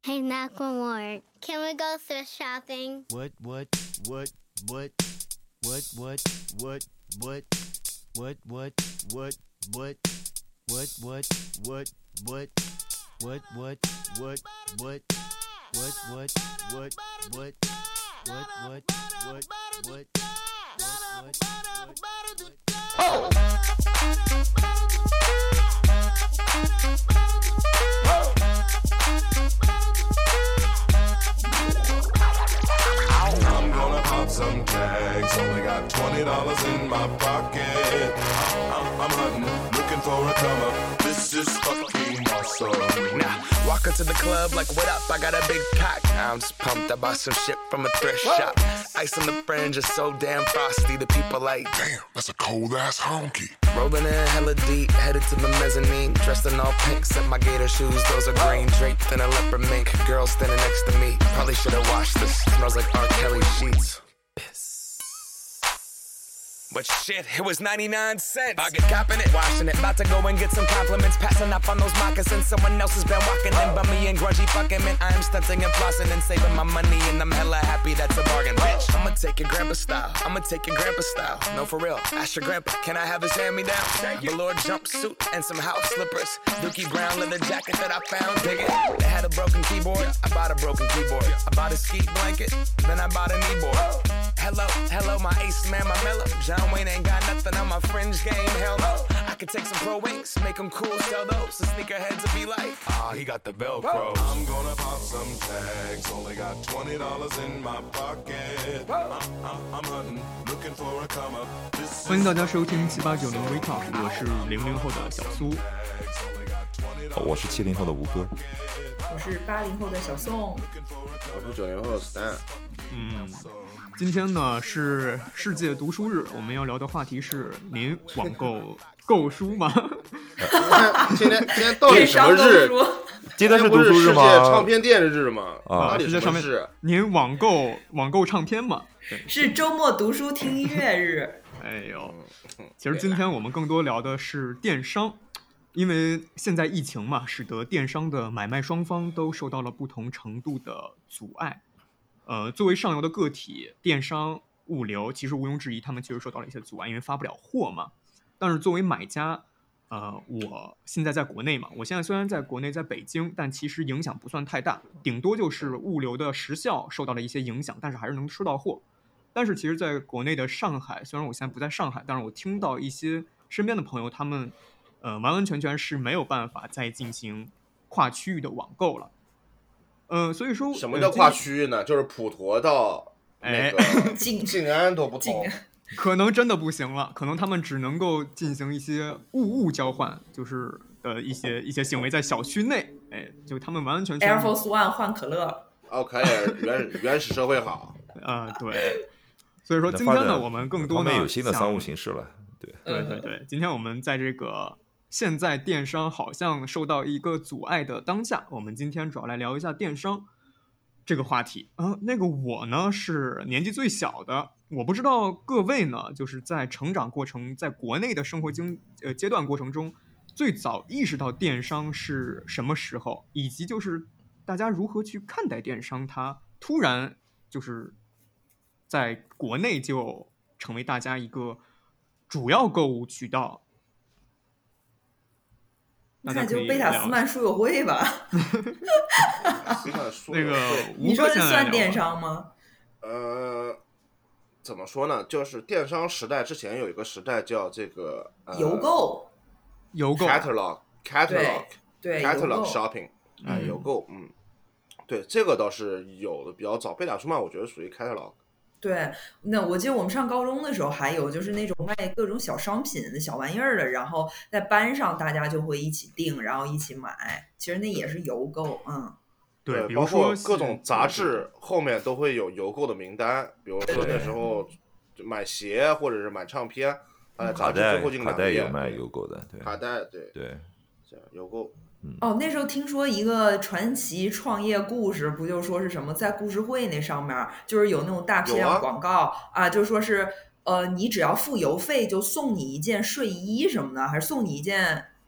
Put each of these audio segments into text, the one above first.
Hey, knock one more. Can we go thrift shopping? What? I'm gonna pop some tags. Only got $20 in my pocket. I'm hunting, looking for a come up. This is fucking awesome. Now, walk into the club like, what up? I got a big cock. I'm just pumped. I bought some shit from a thrift shop. Ice on the fringe is so damn frosty. The people like, Damn, that's a cold ass honky. rolling in hella deep, headed to the mezzanine. Dressed in all pink, set my gator shoes. Those are green, draped in a leopard mink. Girl standing next to me. Probably should've washed this. Smells like R. Kelly sheets. But shit, it was 99 cents. I get copping it, washing it. About to go and get some compliments. Passing up on those moccasins. Someone else has been walking in. Bummy and grungy fucking man. I am stunting and flossing and saving my money. And I'm hella happy that's a bargain, bitch. I'ma take your grandpa style. I'ma take your grandpa style. No, for real. Ask your grandpa, can I have his hand-me-down? Velour jumpsuit and some house slippers. Dookie brown leather jacket that I found. Dig it. They had a broken keyboard. I bought a broken keyboard. I bought a ski blanket. Then I bought a kneeboard. Hello, my ace man, my mellow. John Wayne ain't got nothing on my fringe game, hell no. I could take some pro wings, make them cool, sell those. The sneakerheads will be like, he got the Velcro. I'm gonna pop some tags. Only got $20 in my pocket. I'm hunting, looking for a come up. This 欢迎大家收听7890 微 talk， 我是00后的小苏。 我是70后的吴哥。 我是80后的小宋。 我是90后的 Stan。 今天呢是世界读书日，我们要聊的话题是您网购书吗？ 今天到底什么日？ 今天是读不是世界书日吗？ 唱片店日吗？到底世界唱片日？ 您网购唱片吗？ 是周末读书听音乐日。 哎呦，其实今天我们更多聊的是电商，因为现在疫情嘛，使得电商的买卖双方都受到了不同程度的阻碍。作为上游的个体，电商物流其实毋庸置疑，他们确实受到了一些阻碍，因为发不了货嘛。但是作为买家，我现在在国内嘛，我现在虽然在国内，在北京，但其实影响不算太大，顶多就是物流的时效受到了一些影响，但是还是能收到货。但是其实在国内的上海，虽然我现在不在上海，但是我听到一些身边的朋友，他们完完全全是没有办法再进行跨区域的网购了。所以说什么叫跨区域呢？就是普陀到那个静安都不通， 可能真的不行了，可能他们只能够进行一些物交换，就是一些行为在小区内，就他们完完全全 Air Force One 换可乐。 可以，原始社会好。 对。所以说今天呢，我们更多呢有新的商务形式了， 对。今天我们在这个现在电商好像受到一个阻碍的当下，我们今天主要来聊一下电商这个话题。那个我呢是年纪最小的，我不知道各位呢，就是在成长过程，在国内的生活阶段过程中，最早意识到电商是什么时候，以及就是大家如何去看待电商，它突然就是在国内就成为大家一个主要购物渠道。 那就贝塔斯曼书友会吧。 那个你说这算电商吗？ 怎么说呢？就是电商时代之前有一个时代叫这个邮购 catalog 对 catalog shopping 邮购对，这个倒是有的比较早。贝塔书曼我觉得属于 catalog。 对，那我记得我们上高中的时候还有就是那种卖各种小商品的小玩意儿的，然后在班上大家就会一起订，然后一起买，其实那也是邮购。 对，比如如说各种杂志后面都会有邮购的名单，比如说那时候买鞋或者是买唱片，杂志最后进卡带有卖邮购的，对， 卡带对，这样邮购。 那时候听说一个传奇创业故事，不就说是什么在故事会那上面就是有那种大批量广告就说是你只要付邮费就送你一件睡衣什么的，还是送你一件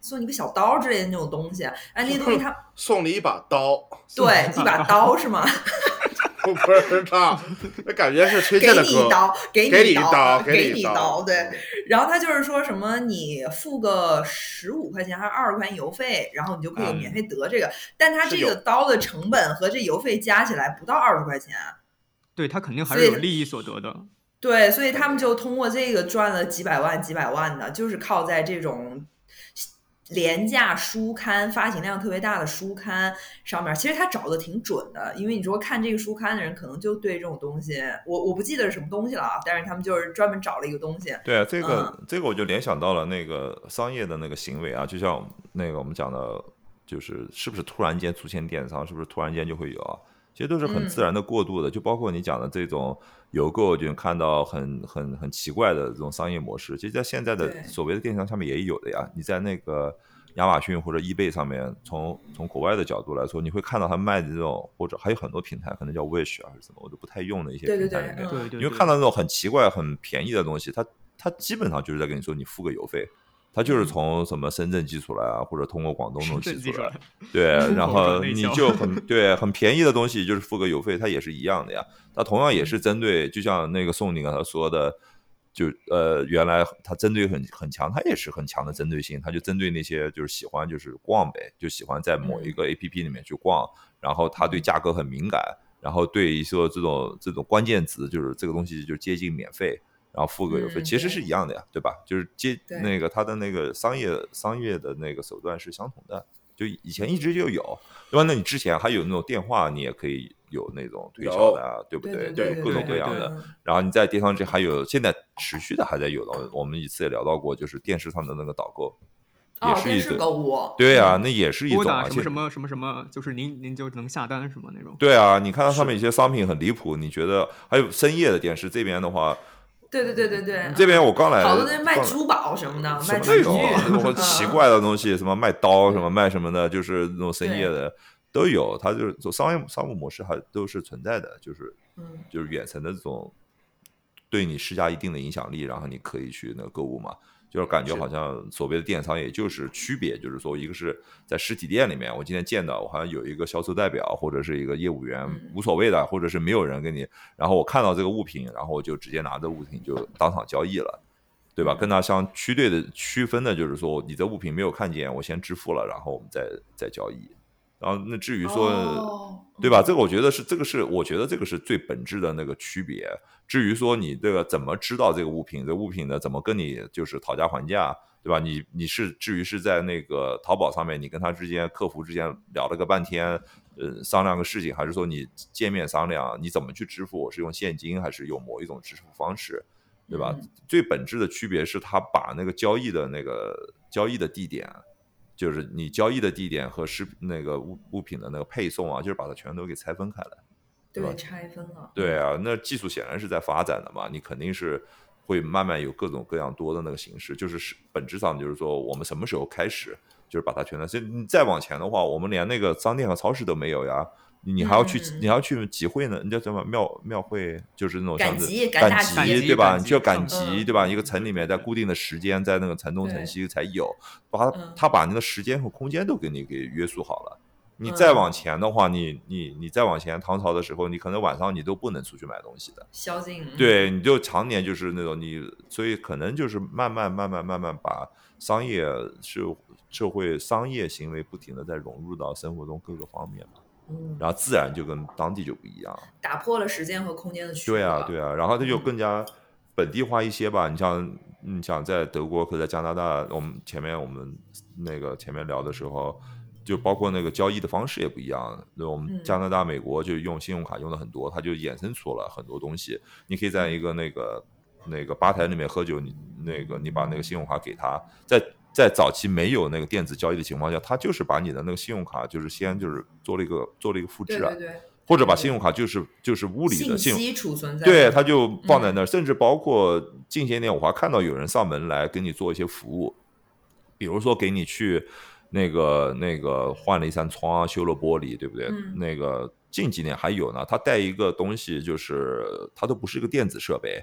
送你个小刀之类的那种东西，哎，那些东西它送你一把刀， 对一把刀是吗？ 我不知道，那感觉是推给荐的歌。 你一刀，给给你一刀， 给你一刀，对。然后他就是说什么你付个15块钱还是20块钱邮费，然后你就可以免费得这个，但他这个刀的成本和这邮费加起来不到20块钱。 对，他肯定还是有利益所得的。 对，所以他们就通过这个赚了几百万的，就是靠在这种廉价书刊发行量特别大的书刊上面。其实他找的挺准的，因为你说看这个书刊的人可能就对这种东西，我不记得是什么东西了啊，但是他们就是专门找了一个东西。 对啊，这个我就联想到了那个商业的那个行为啊，就像那个我们讲的，就是是不是突然间出现电商，是不是突然间就会有啊？其实都是很自然的过渡的，就包括你讲的这种邮购，就看到很奇怪的这种商业模式，其实在现在的所谓的电商上面也有的呀。你在那个亚马逊或者 eBay 上面，从国外的角度来说，你会看到他卖的这种，或者还有很多平台，可能叫 Wish 啊还是什么，我都不太用的一些平台里面， 对， 你会看到那种很奇怪、很便宜的东西，它基本上就是在跟你说你付个邮费。它就是从什么深圳寄出来啊，或者通过广东那寄出来，对，然后你就很便宜的东西，就是付个邮费，它也是一样的呀。它同样也是针对，就像那个宋宁刚才说的，就原来它针对很强，它也是很强的针对性，它就针对那些就是喜欢就是逛呗，就喜欢在某一个 APP 里面去逛，然后它对价格很敏感，然后对说这种关键词，就是这个东西就接近免费。然后付个邮费，其实是一样的呀，对吧？就是那个它的那个商业的那个手段是相同的，就以前一直就有，对吧？那你之前还有那种电话，你也可以有那种推销的啊，对不对？ 对， 各种各样的。然后你在电商这还有现在持续的还在有的，我们一次也聊到过，就是电视上的那个导购。也是一种购物， 对啊，那也是一种啊， 什么，就是您就能下单什么那种。 对啊，你看到上面一些商品很离谱，你觉得还有深夜的电视这边的话。 对， 这边我刚来， 好多人卖珠宝什么的，卖那种奇怪的东西，什么卖刀，什么卖什么的，就是那种深夜的都有。它就是做商务模式还都是存在的，就是远程的这种对你施加一定的影响力，然后你可以去那个购物嘛。就是感觉好像所谓的电商，也就是区别，就是说一个是在实体店里面，我今天见到我好像有一个销售代表或者是一个业务员，无所谓的，或者是没有人跟你，然后我看到这个物品，然后我就直接拿着物品就当场交易了，对吧？跟它相区分的就是说，你这物品没有看见，我先支付了，然后我们再交易。然后那至于说，对吧？这个我觉得我觉得这个是最本质的那个区别。至于说你这个怎么知道这个物品，这物品呢怎么跟你就是讨价还价，对吧？你是至于是在那个淘宝上面，你跟他之间客服之间聊了个半天，商量个事情，还是说你见面商量你怎么去支付？我是用现金还是用某一种支付方式，对吧？最本质的区别是他把那个交易的地点。就是你交易的地点和那个物品的那个配送啊，就是把它全都给拆分开来，对吧？ 拆分了。 对啊，那技术显然是在发展的嘛，你肯定是会慢慢有各种各样多的那个形式，就是本质上就是说我们什么时候开始就是把它全都，所以你再往前的话，我们连那个商店和超市都没有呀。你还要去集会呢？你叫什么庙会？就是那种赶集， 对吧？你就要赶集，对吧？一个城里面在固定的时间，在那个城东城西才有，他把那个时间和空间都给你给约束好了。你再往前的话，你再往前，唐朝的时候，你可能晚上你都不能出去买东西的， 宵禁。 对，你就常年就是那种所以可能就是慢慢把社会商业行为不停的在融入到生活中各个方面嘛。然后自然就跟当地就不一样， 打破了时间和空间的区别。 对啊，然后它就更加本地化一些吧。你像在德国和在加拿大，我们前面聊的时候，就包括那个交易的方式也不一样。我们加拿大、美国就用信用卡用的很多，它就衍生出了很多东西。你可以在一个那个吧台里面喝酒，你把那个信用卡给他，在早期没有那个电子交易的情况下，他就是把你的那个信用卡就是先就是做了一个复制啊， 对， 或者把信用卡就是物理的信息储存在， 对，他就放在那儿，甚至包括近些年我还看到有人上门来给你做一些服务，比如说给你去那个换了一扇窗啊，修了玻璃，对不对？那个近几年还有呢，他带一个东西，就是它都不是一个电子设备。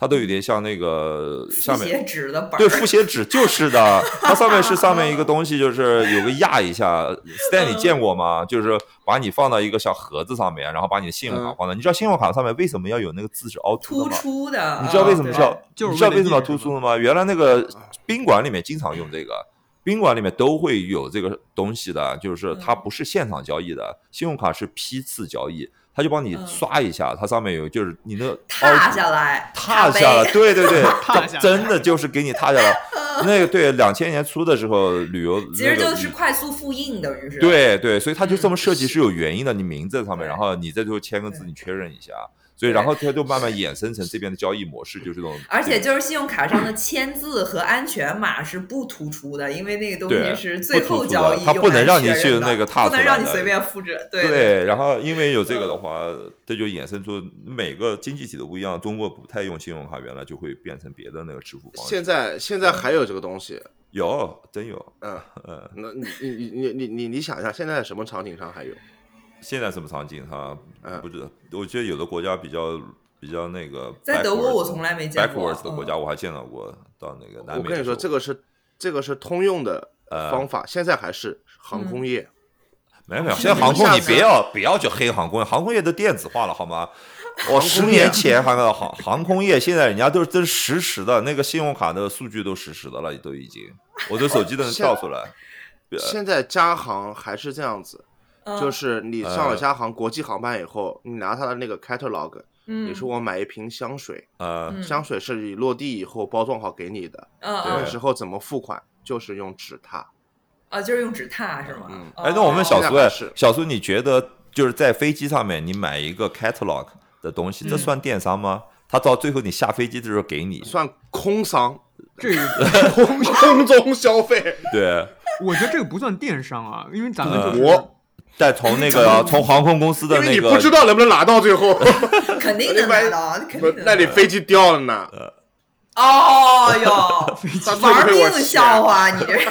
它都有点像那个上面复写纸的本儿， 对，复写纸就是的，它上面一个东西，就是有个压一下。Stan 你见过吗？就是把你放到一个小盒子上面，然后把你的信用卡放到。你知道信用卡上面为什么要有那个字是凹凸的吗？ 突出的。 你知道为什么就是你知道为什么要突出的吗？原来那个宾馆里面经常用这个。宾馆里面都会有这个东西的，就是它不是现场交易的，信用卡是批次交易，它就帮你刷一下，它上面有就是你那个踏下来， 对对对， 踏下来真的就是给你踏下来。那个对2000年初的时候旅游， 其实就是快速复印，等于是。 对对，所以它就这么设计是有原因的，你名字在上面，然后你在最后签个字，你确认一下。所以，然后它就慢慢衍生成这边的交易模式，就是这种。 而且就是信用卡上的签字和安全码是不突出的，因为那个东西是最后交易， 它不能让你去那个踏出来的， 不能让你随便复制。 对，然后因为有这个的话，这就衍生出每个经济体都不一样。中国不太用信用卡，原来就会变成别的那个支付方式。 现在还有这个东西？ 有，真有。 那你想一下，现在什么场景上还有？ 现在什么场景哈？不知道。我觉得有的国家比较那个， 在德国我从来没见过。 backwards 的国家我还见到过，到那个南美。 我跟你说，这个是通用的方法，现在还是航空业。 没有，现在航空你不要去黑航空，航空业都电子化了好吗？我10年前航空业，现在人家都是实时的，那个信用卡的数据都实时的了，都已经，我的手机都能跳出来。 现在加航还是这样子。就是你上了加航国际航班以后，你拿它的那个 catalog，你说我买一瓶香水，香水是你落地以后包装好给你的，那时候怎么付款？就是用纸踏， 就是用纸踏是吗？ 那我们小苏，你觉得就是在飞机上面你买一个 catalog 的东西，这算电商吗？他到最后你下飞机的时候给你， 算空商， 这个空中消费。 对， 我觉得这个不算电商啊，因为咱们就是再从那个从航空公司的那个， 因为你不知道能不能拿到最后， 肯定能拿到，肯定能拿到。 那你飞机掉了呢？ 哦哟，玩命笑话你这。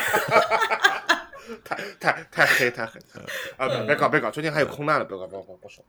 太黑啊！别搞，最近还有空难了，别说。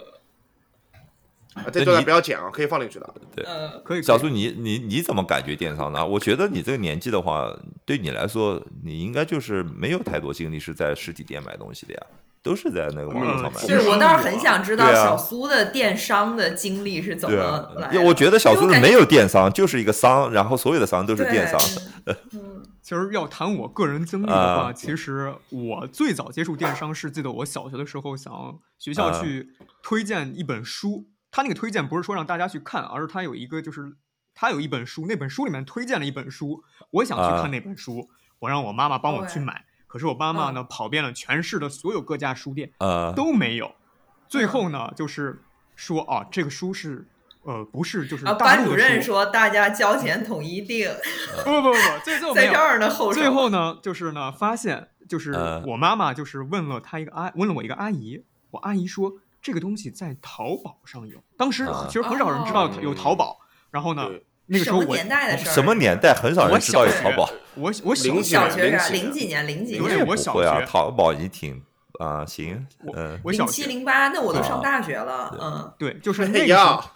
这段不要剪啊，可以放进去的。 对， 可以。 小苏，你怎么感觉电商呢？我觉得你这个年纪的话，对你来说，你应该就是没有太多精力是在实体店买东西的呀。都是在那个网络上买。 是我倒是很想知道小苏的电商的经历是怎么来的。 我觉得小苏是没有电商，就是一个商，然后所有的商都是电商。 其实要谈我个人经历的话，其实我最早接触电商是记得我小学的时候，想学校去推荐一本书。他那个推荐不是说让大家去看，而是他有一个就是他有一本书，那本书里面推荐了一本书，我想去看那本书，我让我妈妈帮我去买。可是我妈妈呢，跑遍了全市的所有各家书店，都没有。最后呢，就是说这个书是不是就是班主任说大家交钱统一定。 不，最后在这儿呢后手。 最后呢，就是呢发现就是我妈妈就是问了我一个阿姨，我阿姨说这个东西在淘宝上有。当时其实很少人知道有淘宝，然后呢。那个时候什么年代的事儿？ 什么年代很少人知道有淘宝。 我小学零几年， 对，我小学淘宝已经挺行。 我小学 07、08，那我都上大学了。 对，就是那个时候。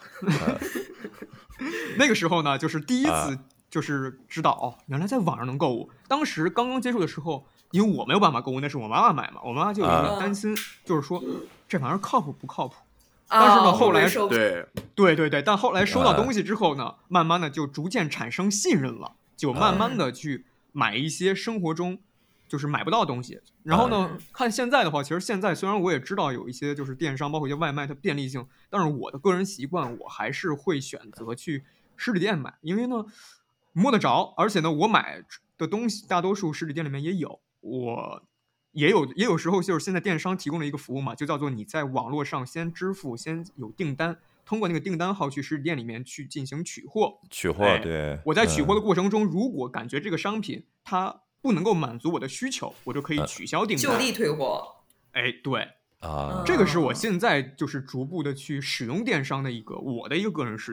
那个时候呢，就是第一次就是知道原来在网上能购物。当时刚刚接触的时候，因为我没有办法购物，那是我妈妈买嘛，我妈妈就有一个担心，就是说这玩意儿靠谱不靠谱。但是呢，后来对，但后来收到东西之后呢，慢慢的就逐渐产生信任了，就慢慢的去买一些生活中就是买不到的东西。然后呢，看现在的话，其实现在虽然我也知道有一些就是电商，包括一些外卖它便利性，但是我的个人习惯，我还是会选择去实体店买，因为呢摸得着，而且呢我买的东西大多数实体店里面也有，我。也有时候就是现在电商提供了一个服务嘛，就叫做你在网络上先支付，先有订单，通过那个订单号去实体店里面去进行取货。 对。 我在取货的过程中，如果感觉这个商品它不能够满足我的需求，我就可以取消订单， 就地退货。 对这个是我现在就是逐步的去使用电商的我的一个个人视角。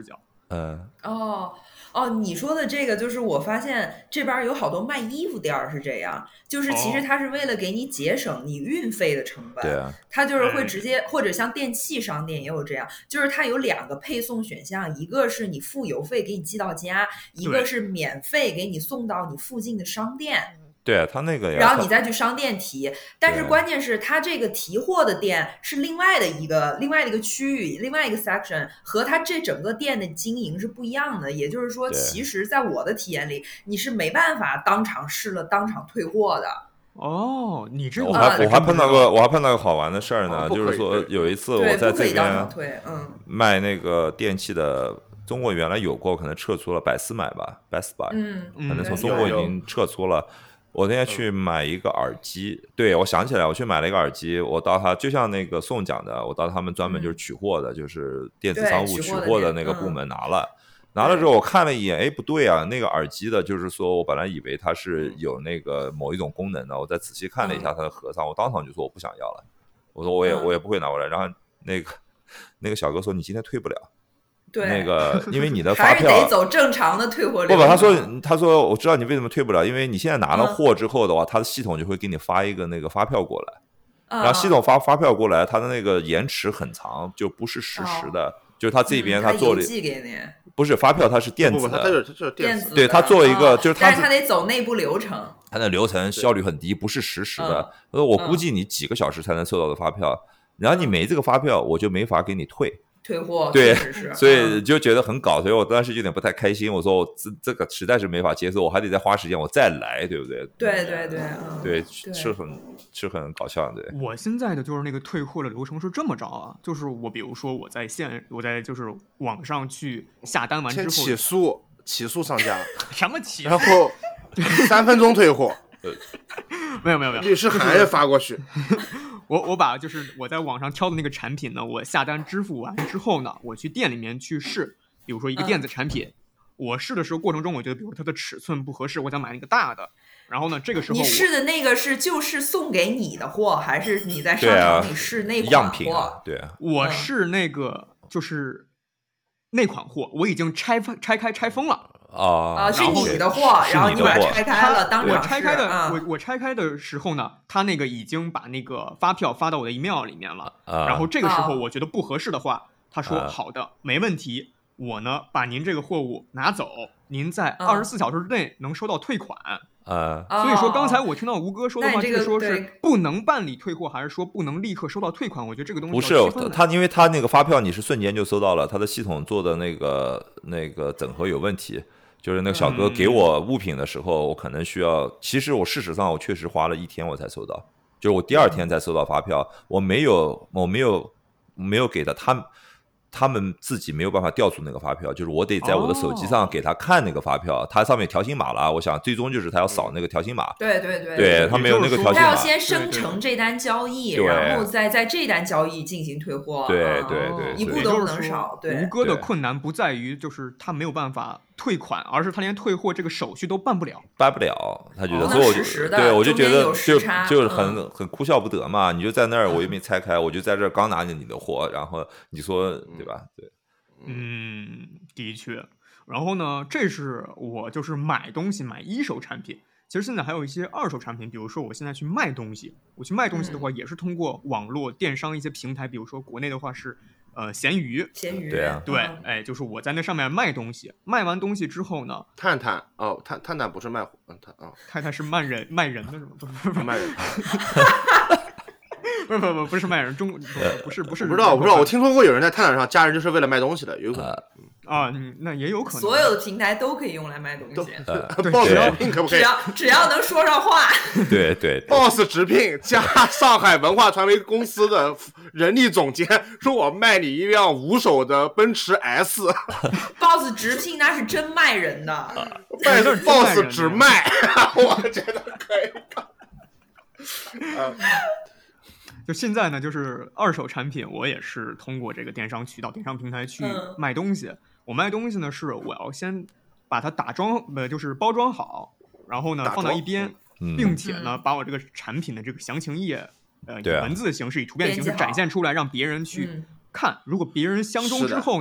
你说的这个就是我发现这边有好多卖衣服店是这样，就是其实它是为了给你节省你运费的成本， 对啊， 它就是会直接，或者像电器商店也有这样，就是它有2个配送选项，一个是你付邮费给你寄到家，一个是免费给你送到你附近的商店。 对啊，他那个， 然后你再去商店提，但是关键是他这个提货的店是另外的一个区域，另外一个 section， 和他这整个店的经营是不一样的。也就是说，其实在我的体验里，你是没办法当场试了当场退货的。 你这我还碰到个好玩的事儿呢，就是说有一次我在这边卖那个电器的。中国原来有过，可能撤出了百思买吧 ，Best Buy， 可能从中国已经撤出了。我那天去买一个耳机，对，我想起来，我去买了一个耳机，我到他就像那个宋讲的，我到他们专门就是取货的，就是电子商务取货的那个部门拿了之后，我看了一眼，不对啊，那个耳机的，就是说我本来以为它是有那个某一种功能的，我再仔细看了一下它的盒上，我当场就说我不想要了，我说我也不会拿过来，然后那个小哥说你今天退不了。 对， 那个，因为你的发票还是得走正常的退货流程。 不，他说我知道你为什么退不了，因为你现在拿了货之后的话，他的系统就会给你发一个那个发票过来，然后系统发票过来，它的那个延迟很长，就不是实时的，就是他这边他做了， 寄给你， 不是发票，它是电子的， 它就是电子的， 对，他做一个就是但是他得走内部流程， 他的流程效率很低，不是实时的，我估计你几个小时才能收到的发票，然后你没这个发票，我就没法给你退货， 对，所以就觉得很搞，所以我当时有点不太开心。我说我这个实在是没法接受，我还得再花时间我再来，对不对？ 对， 是很搞笑的。 我现在的就是那个退货的流程是这么着啊，就是我比如说我在就是网上去下单完之后， 先起诉商家， 什么起诉？ 然后3分钟退货， 没有， 律师函也发过去。 我把就是我在网上挑的那个产品呢，我下单支付完之后呢，我去店里面去试，比如说一个电子产品，我试的时候过程中，我觉得比如它的尺寸不合适，我想买那个大的，然后呢，这个时候你试的那个就是送给你的货，还是你在商场里试那款货？ 样品啊，对， 我是那个就是那款货，我已经拆封了。 是你的货，然后你把它拆开了，当场我拆开的时候呢，他那个已经把那个发票发到我的 email 里面了。然后这个时候我觉得不合适的话，他说好的，没问题，我呢把您这个货物拿走，您在24小时之内能收到退款。所以说刚才我听到吴哥说的话，就是说是不能办理退货，还是说不能立刻收到退款？我觉得这个东西不是他，因为他那个发票你是瞬间就收到了，他的系统做的那个整合有问题。就是那个小哥给我物品的时候，我可能需要，其实我事实上我确实花了1天我才收到，就是我第2天才收到发票，我没有给他们自己没有办法调出那个发票，就是我得在我的手机上给他看那个发票，它上面条形码了，我想最终就是他要扫那个条形码，对，他没有那个条形码， 他要先生成这单交易，然后再在这单交易进行退货， 对， 一步都不能少。对， 吴哥的困难不在于就是他没有办法退款，而是他连退货这个手续都办不了， 他觉得，所以我就觉得就是很哭笑不得嘛。你就在那儿，我又没拆开，我就在这儿刚拿着你的货，然后你说对吧？对， 的确。然后呢，这是我就是买东西买一手产品。其实现在还有一些二手产品，比如说我现在去卖东西，我去卖东西的话，也是通过网络电商一些平台，比如说国内的话是闲鱼， 对啊， 对，就是我在那上面卖东西，卖完东西之后呢， 探探不是卖探探是卖人的是吗？不是卖人， 不是卖人，不是， 我不知道，我听说过有人在探探上加人就是为了卖东西的，有可能。 那也有可能。 所有的平台都可以用来卖东西。 boss 直聘可不可以？ 只要能说上话。 对。 boss 直聘加上海文化传媒公司的人力总监说：“我卖你一辆5手的奔驰 S。”boss 直聘那是真卖人的。 boss 只卖，我觉得可以。 就现在呢，就是二手产品，我也是通过这个电商渠道、电商平台去卖东西。我卖东西呢，是我要先把它就是包装好，然后呢放到一边，并且呢把我这个产品的这个详情页，以文字的形式、以图片的形式展现出来，让别人去看。如果别人相中之后呢，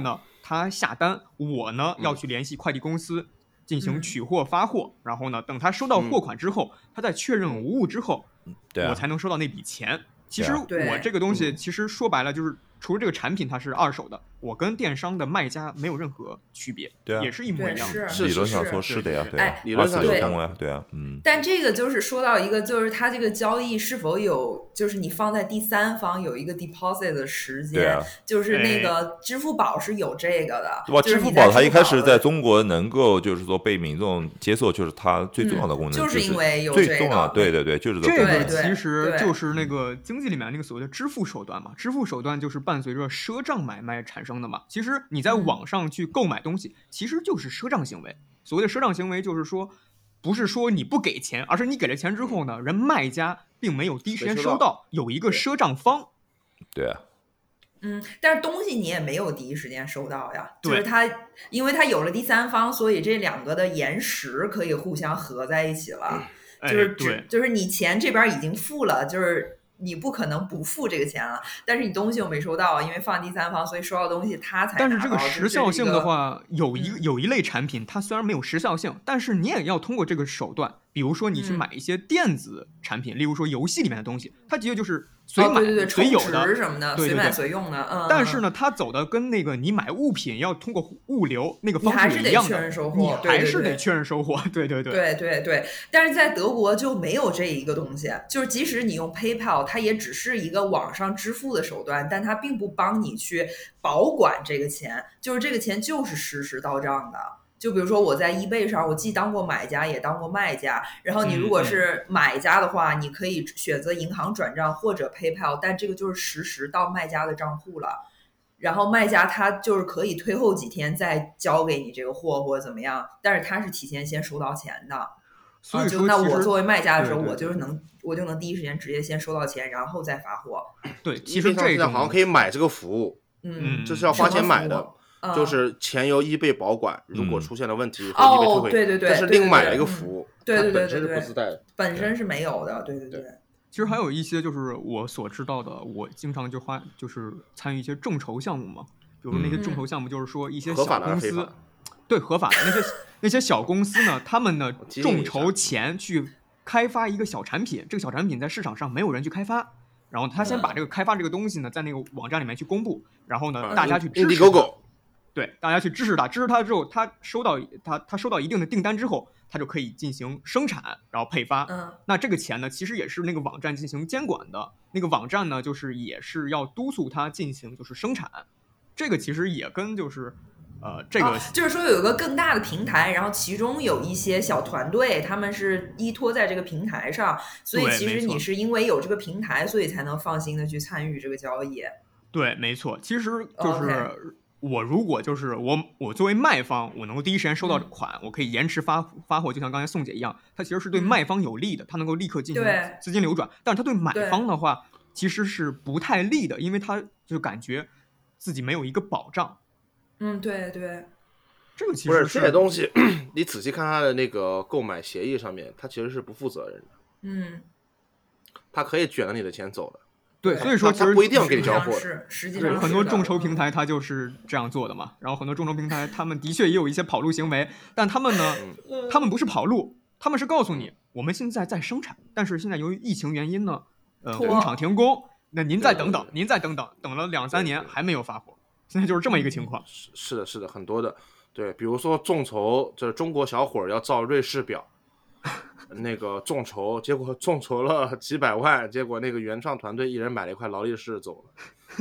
他下单，我呢要去联系快递公司进行取货发货，然后呢等他收到货款之后，他在确认无误之后，我才能收到那笔钱。其实我这个东西其实说白了就是除了这个产品它是二手的，我跟电商的卖家没有任何区别，也是一模一样的。 理论上说是的呀，对， 理论上对呀，对啊， 但这个就是说到一个，就是它这个交易是否有，就是你放在第三方有一个 deposit 的时间，就是那个支付宝是有这个的。 支付宝它一开始在中国能够就是说被民众接受，就是它最重要的功能， 就是因为有最重要，对，就是这个其实就是那个经济里面那个所谓的支付手段嘛，支付手段就是伴随着赊账买卖产生的嘛。其实你在网上去购买东西，其实就是赊账行为。所谓的赊账行为，就是说，不是说你不给钱，而是你给了钱之后呢，人卖家并没有第一时间收到，有一个赊账方。 对啊。 但是东西你也没有第一时间收到呀，就是它，因为它有了第三方，所以这两个的延时可以互相合在一起了。就是你钱这边已经付了，就是你不可能不付这个钱了，但是你东西又没收到，因为放第三方，所以收到东西他才拿到。 但是这个时效性的话，有一类产品，它虽然没有时效性，但是你也要通过这个手段，比如说你去买一些电子产品，例如说游戏里面的东西，它的确就是随买随有的什么的，随买随用的。 但是呢，它走的跟那个你买物品要通过物流那个方式一样的，你还是得确认收货。对。 但是在德国就没有这一个东西，就是即使你用 PayPal， 它也只是一个网上支付的手段，但它并不帮你去保管这个钱，就是这个钱就是实时到账的。就比如说我在 eBay 上，我既当过买家也当过卖家，然后你如果是买家的话，你可以选择银行转账或者 PayPal， 但这个就是实时到卖家的账户了，然后卖家他就是可以推后几天再交给你这个货或者怎么样，但是他是提前先收到钱的。 所以说那我作为卖家的时候，我就能第一时间直接先收到钱，然后再发货。 对，其实这个好像可以买这个服务，这是要花钱买的。就是钱由eBay保管，如果出现了问题和eBay退回， 对， 这是另买了一个服务， 对， 本身是不自带的， 本身是没有的，对。 其实还有一些就是我所知道的，我经常就是参与一些众筹项目嘛，比如那些众筹项目，就是说一些小公司，对，合法的那些小公司呢，他们呢众筹钱去开发一个小产品，这个小产品在市场上没有人去开发。然后他先把这个开发这个东西呢，在那个网站里面去公布，然后呢，大家去支持他。对，大家去支持他之后，他收到一定的订单之后，他就可以进行生产，然后配发。那这个钱呢，其实也是那个网站进行监管的。那个网站呢，就是也是要督促他进行就是生产。这个其实也跟就是这个就是说有一个更大的平台，然后其中有一些小团队，他们是依托在这个平台上，所以其实你是因为有这个平台，所以才能放心的去参与这个交易。 对，没错，其实就是我如果就是我作为卖方，我能够第一时间收到款，我可以延迟发货，就像刚才宋姐一样，它其实是对卖方有利的，它能够立刻进行资金流转。但是它对买方的话，其实是不太利的，因为它就感觉自己没有一个保障。 对， 这个其实不是这些东西，你仔细看它的那个购买协议上面，它其实是不负责任的。它可以卷了你的钱走的。 对，所以说其实他不一定要给你交货， 实际上很多众筹平台它就是这样做的嘛。然后很多众筹平台他们的确也有一些跑路行为，但他们呢，他们不是跑路，他们是告诉你我们现在在生产，但是现在由于疫情原因呢，工厂停工，那您再等等，等了2-3年还没有发货，现在就是这么一个情况。 是的，很多的，对，比如说众筹，这中国小伙要造瑞士表。那个众筹，结果众筹了几百万，结果那个原创团队一人买了一块劳力士走了。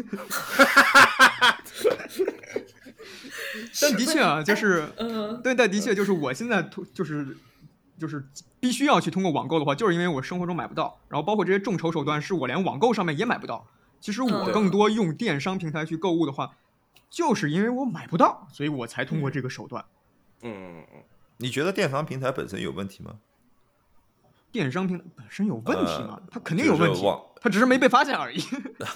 但的确啊，就是但的确就是我现在就是必须要去通过网购的话，就是因为我生活中买不到，然后包括这些众筹手段是我连网购上面也买不到。其实我更多用电商平台去购物的话，就是因为我买不到，所以我才通过这个手段。 你觉得电商平台本身有问题吗？ 电商平台本身有问题吗？它肯定有问题，它只是没被发现而已。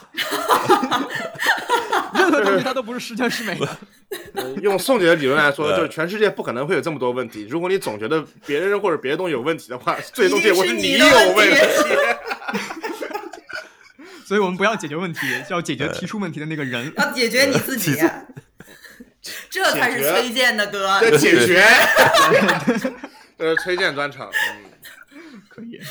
任何东西它都不是十全十美的。 用宋姐的理论来说，就是全世界不可能会有这么多问题。如果你总觉得别人或者别的东西有问题的话，最终结果是你有问题。 所以我们不要解决问题，要解决提出问题的那个人。 要解决你自己。 这才是崔健的歌。 这解决，这是崔健专场。 可以。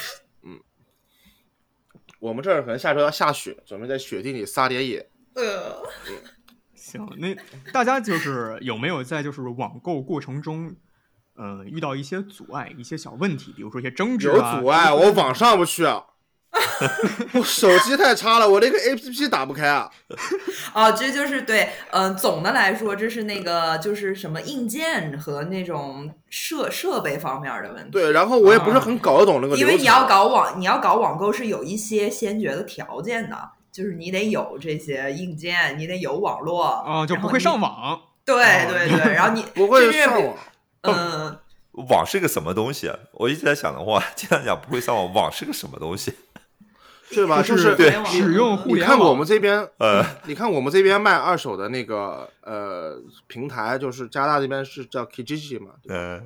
我们这儿可能下周要下雪，准备在雪地里撒点野。 行，那大家就是有没有在就是网购过程中，遇到一些阻碍、一些小问题，比如说一些争执啊？ 有阻碍，我网上不去啊。我手机太差了，我那个 APP 打不开啊。 这就是对，总的来说，这是那个就是什么硬件和那种设备方面的问题。 对，然后我也不是很搞得懂那个流程。 因为你要搞网购是有一些先决的条件的，就是你得有这些硬件，你得有网络就不会上网。 对，然后你不会上网。 网是个什么东西啊？我一直在想的话，经常讲不会上网，网是个什么东西？ 对吧？ 就是对使用互联网。 你看我们这边，你看我们这边卖二手的那个平台，就是加拿大这边是叫 Kijiji 嘛，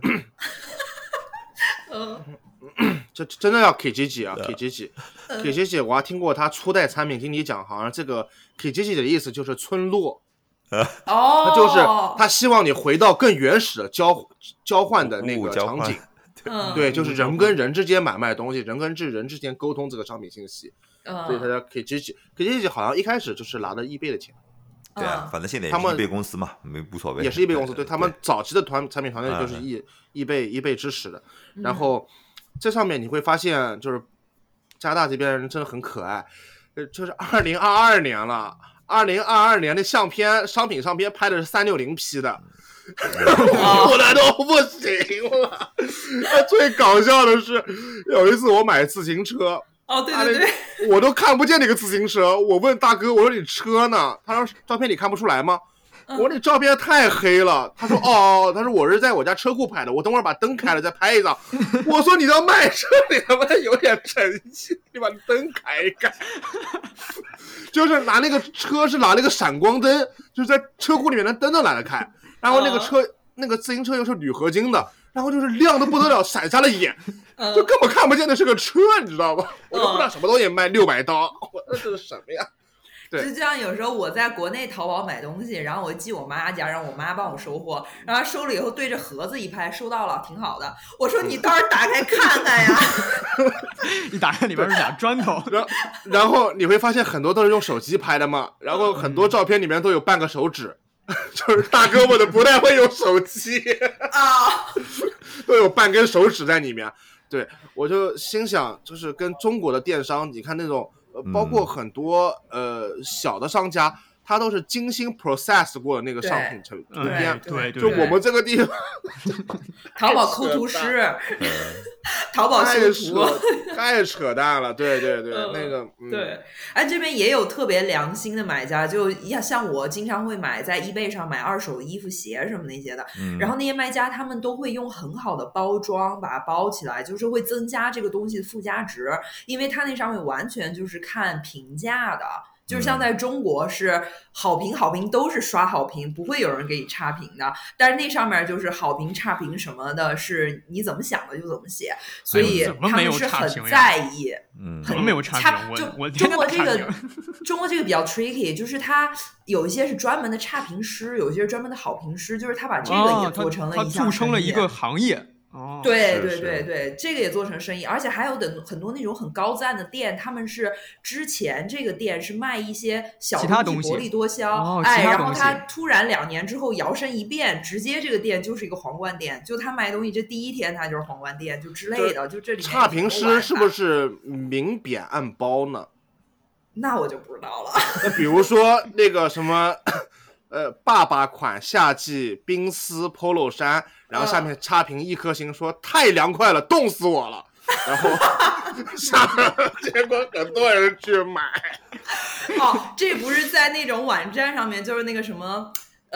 这真的叫 Kijiji 啊 ，Kijiji，我还听过他初代产品经理讲，好像这个 Kijiji 的意思就是村落。他就是他希望你回到更原始的交换的那个场景。对，就是人跟人之间买卖东西，人跟人之间沟通这个商品信息，所以它叫 Kijiji 好像一开始就是拿了易贝的钱。 对啊，反正现在也是易贝公司嘛，无所谓。 也是易贝公司，对他们早期的产品团队就是易贝支持的。然后这上面你会发现，就是加拿大这边人真的很可爱，就是2022年了，2022年的商品相片拍的是360P 的。我的都不行了。最搞笑的是，有一次我买自行车，对，我都看不见那个自行车。我问大哥，我说你车呢？他说照片你看不出来吗？我说你照片太黑了。他说他说我是在我家车库拍的，我等会儿把灯开了再拍一张。我说你要卖车，你他妈有点诚信，你把灯开一开。就是拿那个车是拿那个闪光灯，就是在车库里面的灯都懒得开。然后那个自行车又是铝合金的，然后就是亮的不得了，闪瞎了眼，就根本看不见的是个车，你知道吗？我都不知道什么东西卖600刀，我这是什么呀？对， 就像有时候我在国内淘宝买东西，然后我寄我妈家，让我妈帮我收货，然后收了以后对着盒子一拍，收到了，挺好的。我说你倒是打开看看呀。 一打开里边是俩砖头， 然后你会发现很多都是用手机拍的嘛，然后很多照片里面都有半个手指。就是大哥我的不太会用手机都有半根手指在里面。对，我就心想，就是跟中国的电商，你看那种包括很多小的商家，他都是精心 process 过的那个商品图片。 对， 就我们这个地方， 淘宝抠图师，淘宝修图， 太扯淡了。对，那个对，这边也有特别良心的买家，就像我经常会买在eBay上买二手的衣服、鞋什么那些的，然后那些卖家他们都会用很好的包装把它包起来，就是会增加这个东西的附加值，因为它那上面完全就是看评价的。就是像在中国是好评都是刷好评，不会有人给你差评的，但是那上面就是好评差评什么的是你怎么想的就怎么写，所以他们是很在意。 怎么没有差评？我中国这个比较 tricky， 就是它有一些是专门的差评师，有一些是专门的好评师，就是他把这个也做成了一项生意， 他促成了一个行业。 对，这个也做成生意，而且还有很多那种很高赞的店，他们是之前这个店是卖一些小东西薄利多销，然后他突然2年之后摇身一变，直接这个店就是一个皇冠店，就他卖东西这第一天他就是皇冠店，就之类的，就这里面差评师是不是明贬暗褒呢？ 那我就不知道了。 那比如说那个什么爸爸款夏季冰丝 polo 衫，然后下面差评1颗星，说太凉快了，冻死我了。然后结果很多人去买。 这不是在那种网站上面，就是那个什么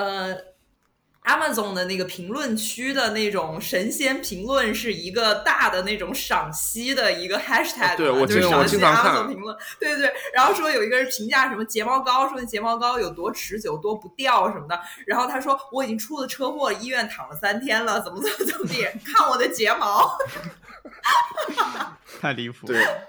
Amazon 的那个评论区的那种神仙评论，是一个大的那种赏析的一个 hashtag， 对，我经常看评论，对，然后说有一个人评价什么睫毛膏，说那睫毛膏有多持久多不掉什么的，然后他说我已经出了车祸，医院躺了3天了，怎么地，看我的睫毛。 太离谱。 对，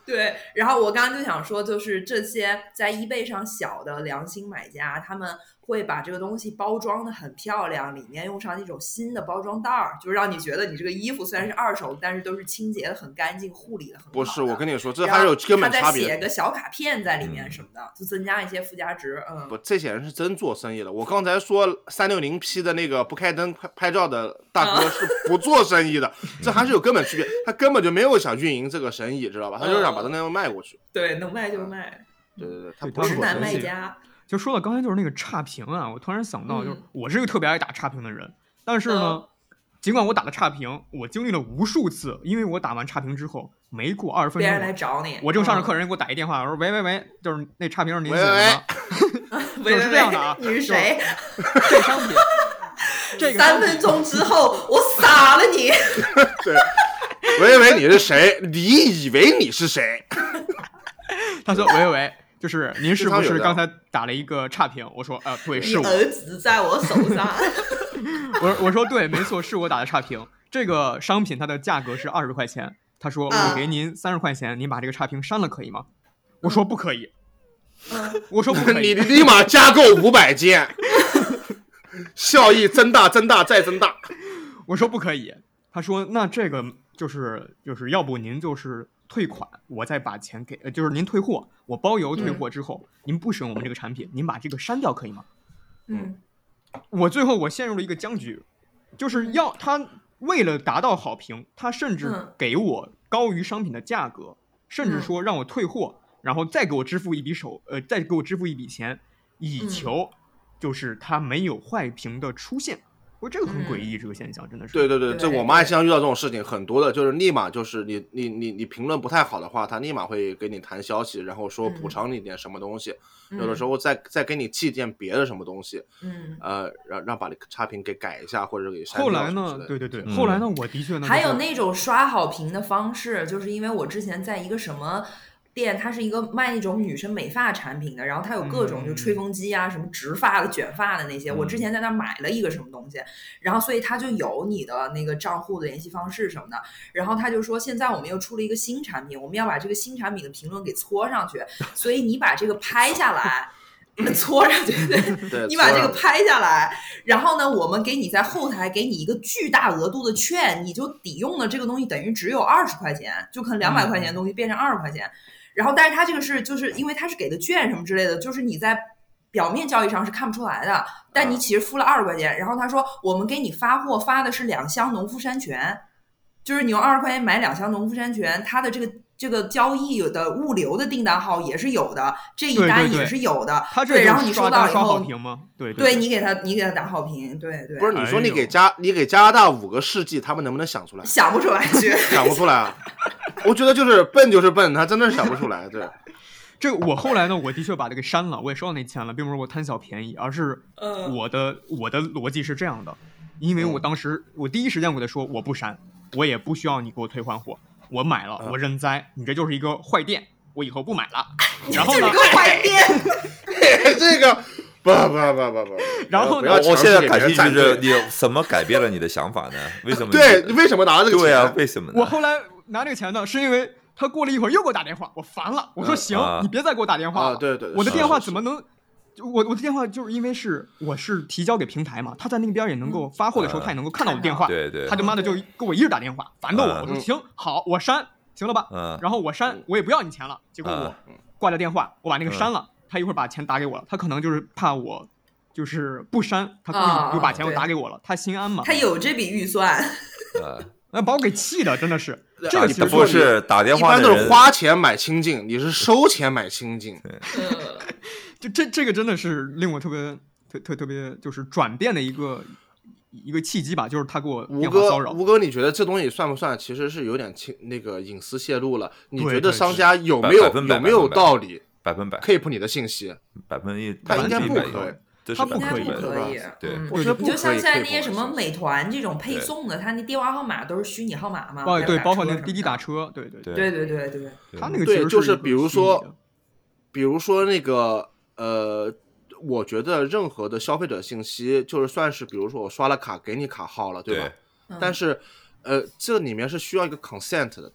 对，然后我刚刚就想说，就是这些在eBay上小的良心买家，他们会把这个东西包装的很漂亮，里面用上那种新的包装袋儿，就让你觉得你这个衣服虽然是二手，但是都是清洁的很干净，护理的很好的。 不是，我跟你说，这还有根本差别。 他再写个小卡片在里面什么的，就增加一些附加值。 不，这些人是真做生意的。我刚才说360P 的那个不开灯拍照的大哥是不做生意的，这还是有根本区别。他根本就没有想运营这个生意，知道吧？他就是想把它那样卖过去。 对，能卖就卖。 对，他不是直男卖家。 就说到刚才就是那个差评啊，我突然想到，就是我是一个特别爱打差评的人，但是呢，尽管我打了差评，我经历了无数次，因为我打完差评之后，没过20分钟， 别人来找你， 我正上着课，人给我打一电话，我说喂，就是那差评是您写的吗？就是这样的啊， 你是谁？ 这商品，这个 3分钟之后我杀了你。 对，喂，你是谁？你以为你是谁？ 他说喂。就是您是不是刚才打了一个差评？我说对，是我。 你儿子在我手上。 我说对，没错，是我打的差评。这个商品它的价格是20块钱。他说我给您30块钱，您把这个差评删了可以吗？我说不可以。我说不可以。 你立马加购500件，效益增大再增大。 我说不可以。他说那这个就是要不您就是退款，我再把钱给就是您退货，我包邮退货之后，您不使用我们这个产品，您把这个删掉可以吗？我最后陷入了一个僵局，就是要他为了达到好评，他甚至给我高于商品的价格，甚至说让我退货，然后再给我支付一笔钱，以求就是他没有坏评的出现。这个很诡异，这个现象真的是。 对，这我们爱相遇到这种事情很多的，就是立马就是你评论不太好的话，他立马会给你弹消息，然后说补偿你点什么东西，有的时候再给你寄件别的什么东西，让把差评给改一下或者给删掉。 后来呢，对，后来呢，我的确呢， 还有那种刷好评的方式，就是因为我之前在一个什么店，它是一个卖那种女生美发产品的，然后它有各种就吹风机啊，什么直发的、卷发的那些。我之前在那买了一个什么东西，然后所以它就有你的那个账户的联系方式什么的。然后他就说，现在我们又出了一个新产品，我们要把这个新产品的评论给搓上去，所以你把这个拍下来。搓上去，对，你把这个拍下来，然后呢，我们给你在后台给你一个巨大额度的券，你就抵用了这个东西，等于只有20块钱，就可能200块钱的东西变成20块钱。然后，但是它这个是就是因为它是给的券什么之类的，就是你在表面交易上是看不出来的，但你其实付了20块钱。然后他说，我们给你发货发的是2箱农夫山泉，就是你用20块钱买2箱农夫山泉，它的这个交易的物流的订单号也是有的，这一单也是有的。 对， 然后你收到以后， 好评吗？ 对，你给他打好评，对。 不是你说你给加拿大5个世纪，他们能不能想出来？ 想不出来， 想不出来啊！我觉得就是笨就是笨，他真的想不出来。对， 这个我后来呢，我的确把这个删了，我也收到那钱了，并不是我贪小便宜，而是我的逻辑是这样的，因为我当时我第一时间我跟他说我不删，我也不需要你给我退换货。我买了，我认栽，你这就是一个坏店，我以后不买了。然后呢？ 这是个坏店。 这个不。 然后呢？ 我现在感兴趣是你怎么改变了你的想法呢？为什么？ 对，为什么拿这个钱？ 对啊，为什么呢？ 我后来拿这个钱呢，是因为他过了一会儿又给我打电话，我烦了，我说行，你别再给我打电话了。 对， 我的电话怎么能？我的电话就是因为我是提交给平台嘛，他在那边也能够发货的时候，他也能够看到我的电话， 对， 他就妈的就给我一直打电话，烦到我。我说行，好，我删，行了吧？然后我删，我也不要你钱了。结果我挂掉电话，我把那个删了，他一会儿把钱打给我了，他可能就是怕我就是不删，他故意就把钱又打给我了，他心安嘛。 他有这笔预算。 那把我给气的，真的是。这个其实不是打电话的人， 一般都是花钱买清净，你是收钱买清净。 就这个真的是令我特别就是转变的一个契机吧，就是他给我电话骚扰。 吴哥，你觉得这东西算不算？其实是有点那个隐私泄露了。你觉得商家有没有道理 ？100% 可以铺你的信息 ？100%， 他应该不可以。 他不可以， 对， 我觉得你就像现在那些什么美团这种配送的，他那电话号码都是虚拟号码嘛。 对，包括那滴滴打车，对，他那个对，就是比如说那个我觉得任何的消费者信息，就是算是比如说我刷了卡给你卡号了，对吧？但是这里面是需要一个 consent 的，对吧？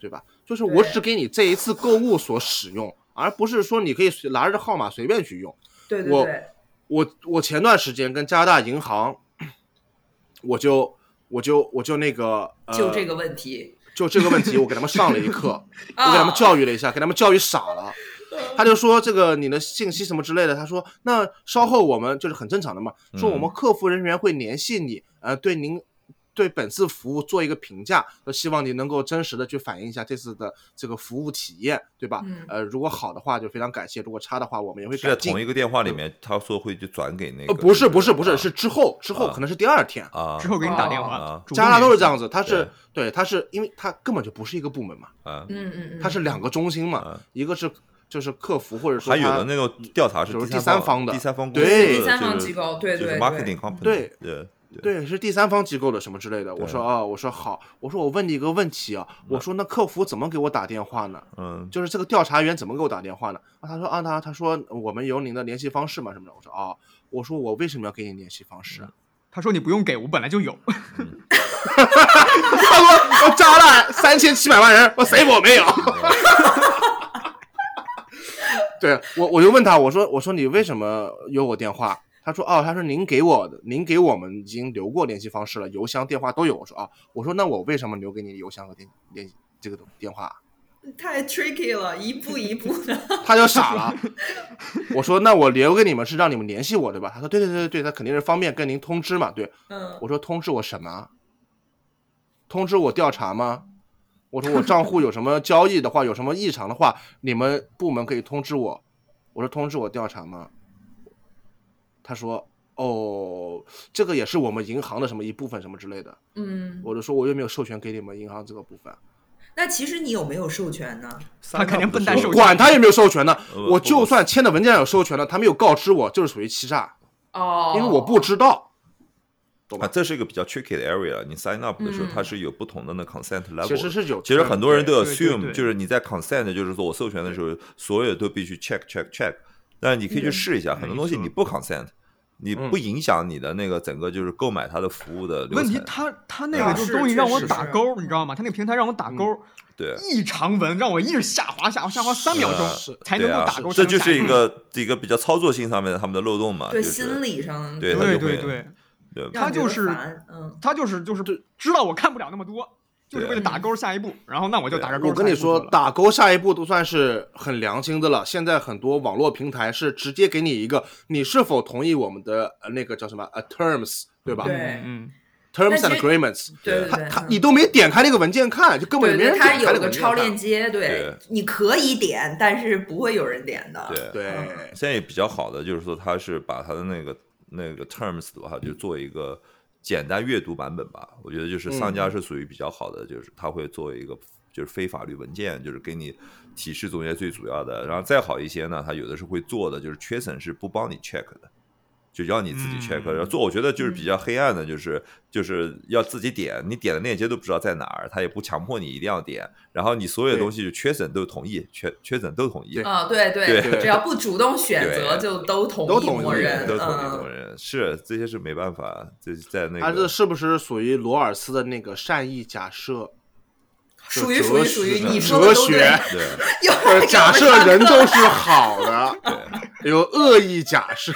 就是我只给你这一次购物所使用，而不是说你可以拿着号码随便去用。 对对对， 我前段时间跟加拿大银行，我就那个就这个问题， 我给他们上了一课，我给他们教育了一下，给他们教育傻了。他就说这个你的信息什么之类的，他说那稍后我们就是很正常的嘛，说我们客服人员会联系你，对您对本次服务做一个评价，希望你能够真实的去反映一下这次的这个服务体验，对吧？如果好的话就非常感谢，如果差的话我们也会改进。 是在同一个电话里面，他说会就转给那个。 不是，是之后可能是第二天啊，之后给你打电话。 加拿大都是这样子，他是因为他根本就不是一个部门嘛，他是2个中心嘛，一个是就是客服，或者说还有的那个调查是第三方的， 第三方对， 第三方机构，对就是 marketing company， 对，是第三方机构的什么之类的。我说好，我说我问你一个问题啊，我说那客服怎么给我打电话呢？就是这个调查员怎么给我打电话呢？他说他说我们有您的联系方式嘛什么的。我说我为什么要给你联系方式？ 他说你不用给，我本来就有。 他说我加了3700万人，我谁我没有。对，我就问他，我说你为什么有我电话？他说他说您给我们已经留过联系方式了，邮箱电话都有。我说那我为什么留给你邮箱和这个电话？ 太 tricky 了，一步一步的。 他就傻了。我说那我留给你们是让你们联系我对吧？他说对，他肯定是方便跟您通知嘛。对，我说通知我什么？通知我调查吗？我说我账户有什么交易的话，有什么异常的话，你们部门可以通知我。我说通知我调查吗？他说这个也是我们银行的什么一部分什么之类的。我就说我又没有授权给你们银行这个部分。 那其实你有没有授权呢？ 他肯定笨蛋授权， 管他有没有授权呢？我就算签的文件上有授权了，他没有告知我，就是属于欺诈。因为我不知道。 这是一个比较 tricky 的 area。你 sign up 的时候，它是有不同的那 consent level。 其实是有。 其实很多人都 assume， 就是你在 consent， 就是说我授权的时候，所有都必须 check。但你可以去试一下，很多东西你不 consent， 你不影响你的那个整个就是购买它的服务的流程。 问题他那个东西让我打勾，你知道吗？他那个平台让我打勾， 对， 一长文让我一直下滑3秒钟才能够打勾。 这就是一个比较操作性上面的他们的漏洞嘛。 对，心理上， 对， 他就是知道我看不了那么多。就是为了打勾下一步，然后那我就打个勾。 我跟你说，打勾下一步都算是很良心的了。现在很多网络平台是直接给你一个，你是否同意我们的那个叫什么terms， 对吧？ 对 ，terms and agreements。 对， 你都没点开那个文件看，就根本没人点开那个文件看。 它有个超链接，对，你可以点，但是不会有人点的。 对，现在也比较好的就是说，他是把他的那个 terms 的话，就做一个简单阅读版本吧。我觉得就是商家是属于比较好的，就是他会做一个就是非法律文件，就是给你提示总结最主要的。然后再好一些呢，他有的是会做的，就是缺省是不帮你 check 的，就让你自己 check。然后做我觉得就是比较黑暗的，就是要自己点，你点的链接都不知道在哪儿，他也不强迫你一定要点。然后你所有的东西就缺省都同意，缺省都同意。 对，只要不主动选择就都同意，默认。 是这些是没办法，这在那个。 他这是不是属于罗尔斯的那个善意假设？ 属于你说的都对。 对，假设人都是好的，有恶意假设。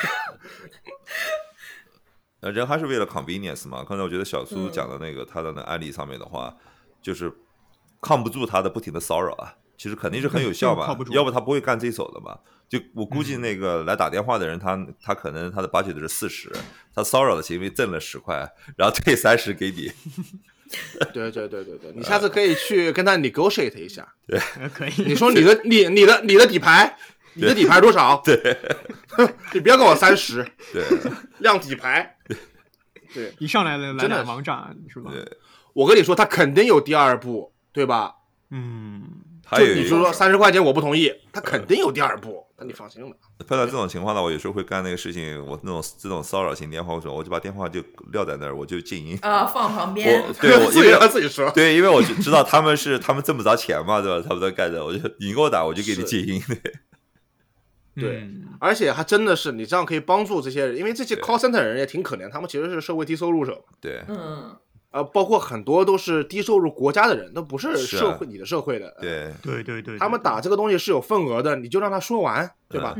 人还是为了 convenience 嘛。刚才我觉得小苏讲的那个他的那案例上面的话，就是抗不住他的不停的骚扰啊，其实肯定是很有效嘛，要不他不会干这一手的嘛。就我估计那个来打电话的人，他可能他的 budget 是40，他骚扰的行为挣了10块，然后退30给你。 对，你下次可以去跟他 negotiate 一下。 对， 可以。 你说你的底牌，你的底牌多少？ 对， 你不要跟我30。 对， 亮底牌。对， 一上来来点王炸是吧？ 我跟你说，他肯定有第二步，对吧？ 还有你说30块钱我不同意，他肯定有第二步，那你放心吧。 碰到这种情况呢，我有时候会干那个事情，我这种骚扰型电话，我就把电话就撂在那儿，我就静音放旁边。 因为他自己说， 对，因为我就知道他们挣不着钱嘛，对吧？他们在干着，我就你给我打，我就给你静音。 对，而且还真的是你这样可以帮助这些人，因为这些 call center 人也挺可怜，他们其实是社会低收入者。 对， 包括很多都是低收入国家的人，都不是社会你的社会的。 对， 他们打这个东西是有份额的，你就让他说完，对吧？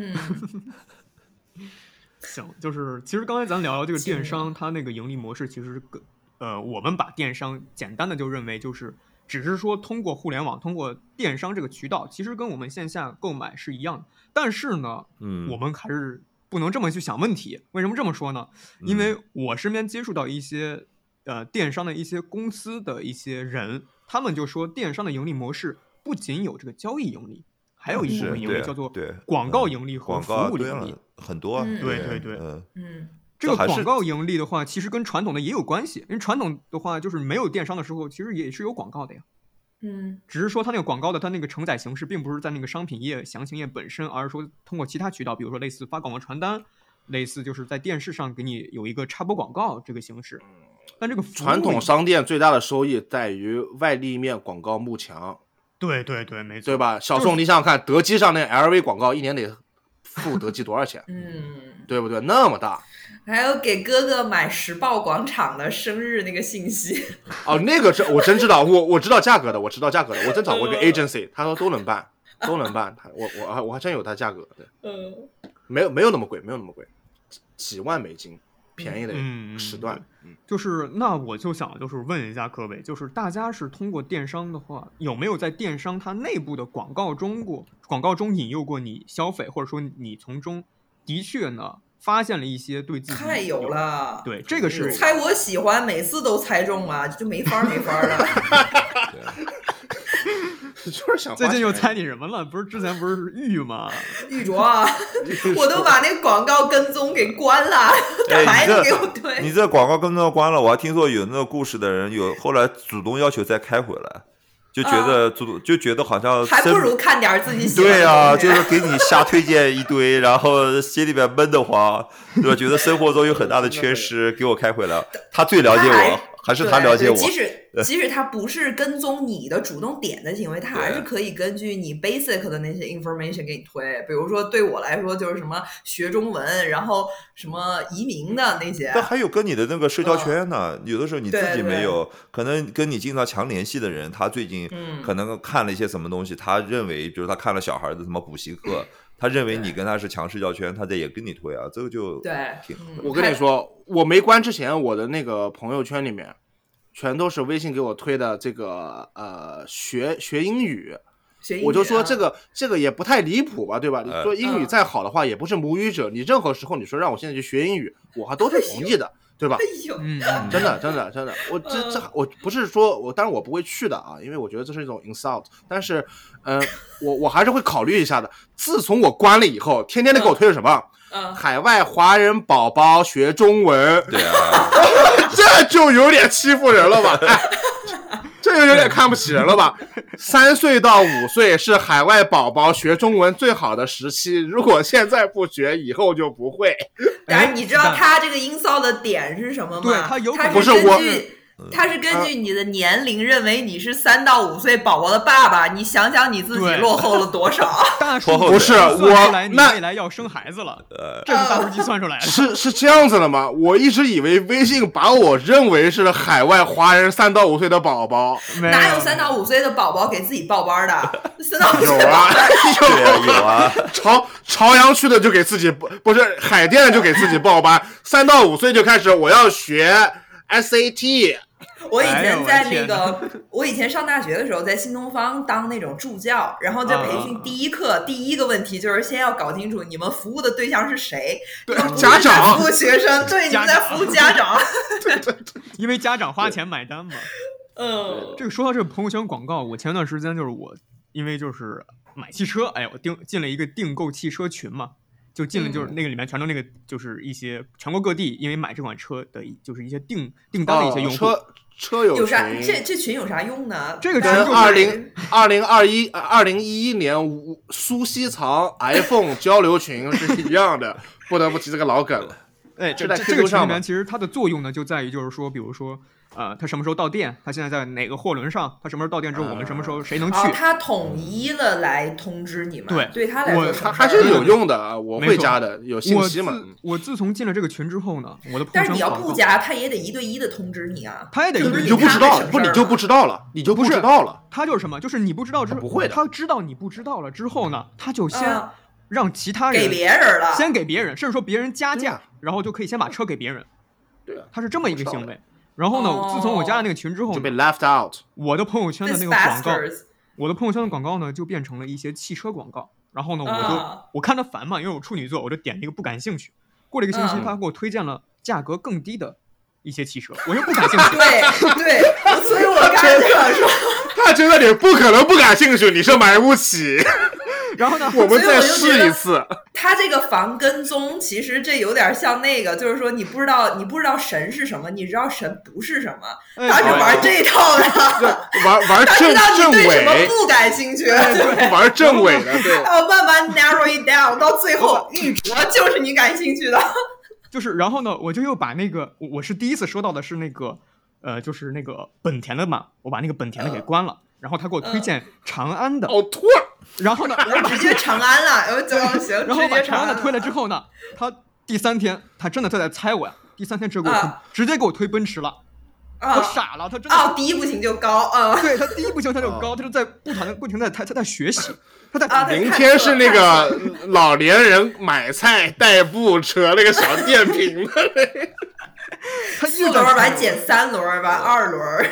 行，就是其实刚才咱聊这个电商，它那个盈利模式，其实我们把电商简单的就认为就是只是说通过互联网，通过电商这个渠道，其实跟我们线下购买是一样的。但是呢，我们还是不能这么去想问题。为什么这么说呢？因为我身边接触到一些电商的一些公司的一些人，他们就说电商的盈利模式不仅有这个交易盈利，还有一部分盈利叫做广告盈利和服务盈利， 很多。 对，这个广告盈利的话，其实跟传统的也有关系，因为传统的话就是没有电商的时候，其实也是有广告的呀。只是说它那个广告的它那个承载形式并不是在那个商品页详情页本身，而是说通过其他渠道，比如说类似发广告传单，类似就是在电视上给你有一个插播广告这个形式。但这个传统商店最大的收益在于外立面广告幕墙。 对，没错， 对吧？小宋，你想想看，德基上那 LV 广告一年得付德基多少钱？对不对？那么大。 还有给哥哥买时报广场的生日那个信息。 哦，那个是我真知道，我知道价格的，我真找过一个 agency， 他说都能办。我还真有他价格的。没有那么贵，几万美金。便宜的时段。 就是那我就想就是问一下各位，就是大家是通过电商的话，有没有在电商它内部的广告中引诱过你消费，或者说你从中的确呢发现了一些对自己太有了。 对，这个是猜我喜欢，每次都猜中啊，就没法了。 就是想最近又猜你什么了？不是之前不是玉吗？ 玉镯啊，我都把那个广告跟踪给关了，还给我推。 你这广告跟踪关了，我还听说有那个故事的人后来主动要求再开回来，就觉得好像还不如看点自己喜欢的。 对啊，就是给你瞎推荐一堆，然后心里面闷得慌，对吧？觉得生活中有很大的缺失，给我开回来。他最了解我。还是他了解我。 即使他不是跟踪你的主动点的行为，他还是可以根据你 basic 的那些 information 给你推。比如说对我来说就是什么学中文，然后什么移民的那些。 但还有跟你的那个社交圈呢，有的时候你自己没有，可能跟你经常强联系的人，他最近可能看了一些什么东西，他认为比如他看了小孩的什么补习课。他认为你跟他是强社交圈，他也跟你推啊，这个就挺我跟你说，我没关之前，我的那个朋友圈里面全都是微信给我推的这个学英语，我就说这个也不太离谱吧，对吧？你说英语再好的话，也不是母语者，你任何时候你说让我现在去学英语，我还都是同意的。对吧？真的，我不是说当然我不会去的啊，因为我觉得这是一种 insult。但是，我还是会考虑一下的。自从我关了以后，天天的给我推的什么？海外华人宝宝学中文， 对啊， 这就有点欺负人了吧？这就有点看不起人了吧？3岁到5岁是海外宝宝学中文最好的时期，如果现在不学，以后就不会。 但是你知道他这个insulт的点是什么吗？ 对，他有不是我。 他是根据你的年龄认为你是3到5岁宝宝的爸爸，你想想你自己落后了多少？ 大数不是我， 那未来要生孩子了，这是大数据算出来的。 是这样子的吗？我一直以为微信把我认为是海外华人3到5岁的宝宝， 哪有3到5岁的宝宝给自己报班的？3到5岁有啊，朝阳区的就给自己不是海淀的就给自己报班，3到5岁就开始我要学 SAT。 我以前在我以前上大学的时候，在新东方当那种助教，然后在培训第一课，第一个问题就是先要搞清楚你们服务的对象是谁。 家长服务学生，对，你们在服务家长。 对，因为家长花钱买单嘛。这个说到这个朋友圈广告，我前段时间就是因为就是买汽车，我进了一个订购汽车群嘛。就进了，就是那个里面全都那个，就是一些全国各地因为买这款车的，就是一些订单的一些用户。 车有啥？这群有啥用呢？ 这个群就是2011年苏锡藏 iPhone 交流群是一样的，不得不提这个老梗了。 哎，这个群里面其实它的作用呢，就在于就是说，比如说，它什么时候到店，它现在在哪个货轮上，它什么时候到店之后，我们什么时候谁能去， 它统一了来通知你们。对他来说， 它还是有用的啊，我会加的，有信息嘛。 我自从进了这个群之后呢，我的但是你要不加，他也得1对1的通知你啊。 他也得1对1， 你就不知道，你就不知道了，你就不知道了。 他就是什么？就是你不知道之后， 不会的， 他知道你不知道了之后呢，他就先让其他人给别人了， 先给别人，甚至说别人加价，然后就可以先把车给别人。 对啊， 他是这么一个行为。然后呢，自从我加了那个群之后， 就被 left out。 我的朋友圈的那个广告，我的朋友圈的广告呢，就变成了一些汽车广告。然后呢，我看他烦嘛，因为我处女座，我就点了一个不感兴趣。过了1个星期，他给我推荐了价格更低的一些汽车，我又不感兴趣。 对，所以我刚才就想说， 他觉得你不可能不感兴趣，你是买不起。 然后呢， 我们再试一次。 他这个防跟踪，其实这有点像那个，就是说你不知道神是什么，你知道神不是什么，他是玩这一套的， 玩正伪， 什么不感兴趣， 玩正伪的，对， 还要慢慢 narrow it down， 到最后玉镯就是你感兴趣的。 就是，然后呢，我就又把那个，我是第一次收到的是那个，就是那个本田的嘛，我把那个本田的给关了。然后他给我推荐长安的，然后呢， 我直接长安了，行， 然后把长安的推了之后呢，他第3天他真的在猜我呀，第3天直接给我推奔驰了，我傻了，他真的第一步行就高啊， 对他第一步行他就高，他就在不停他在学习，他在明天是那个老年人买菜代步车那个小电瓶的， 他4轮完减3轮完2轮。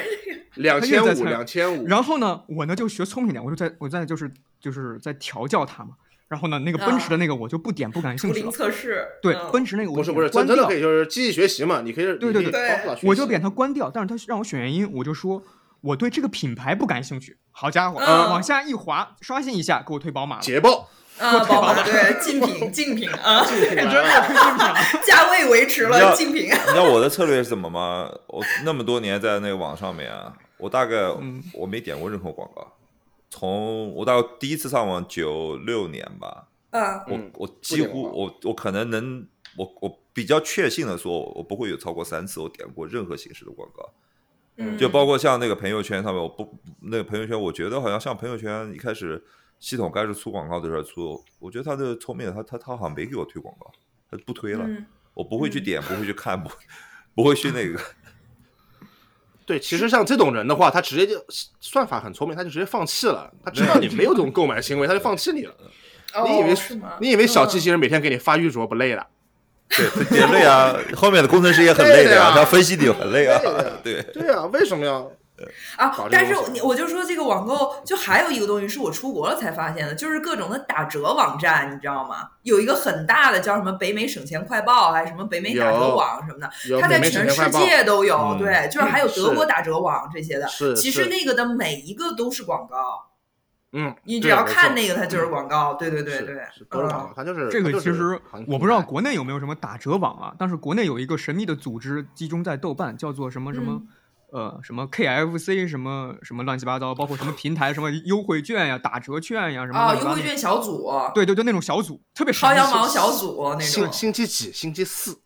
2500， 然后呢，我呢就学聪明点，我在就是在调教他嘛。然后呢，那个奔驰的那个我就不点不感兴趣了。 图灵测试。 对，奔驰那个我不是，真的可以就是机器学习嘛，你可以对，我就点它关掉，但是他让我选原因，我就说我对这个品牌不感兴趣。好家伙，往下一滑，刷新一下，给我推宝马了。 捷豹。 宝马对竞品啊， 真的推竞品， 价位维持了竞品。 你知道我的策略是什么吗？我那么多年在那个网上面啊，我大概我没点过任何广告，从我大概第一次上网96年吧，我几乎我可能能我比较确信的说，我不会有超过3次我点过任何形式的广告。就包括像那个朋友圈上面，那个朋友圈，我觉得好像像朋友圈一开始系统开始出广告的时候出，我觉得他的聪明的他好像没给我推广告，他不推了，我不会去点，不会去看，不会去那个。 对，其实像这种人的话，他直接就算法很聪明，他就直接放弃了，他知道你没有这种购买行为，他就放弃你了。你以为小机器人每天给你发玉镯不累了？ 对，也累啊，后面的工程师也很累的呀，他分析你很累啊， 对啊，为什么要？ 但是我就说这个网购，就还有一个东西是我出国了才发现的，就是各种的打折网站，你知道吗？有一个很大的叫什么北美省钱快报，还是什么北美打折网什么的，它在全世界都有，对，就是还有德国打折网这些的。其实那个的每一个都是广告。你只要看那个，它就是广告。对， 都是广告，它就是这个。其实我不知道国内有没有什么打折网啊，但是国内有一个神秘的组织集中在豆瓣，叫做什么KFC 什么乱七八糟，包括什么平台什么优惠券呀、打折券呀什么优惠券小组。 对，那种小组特别薅羊毛小组那种。 星期几？星期4。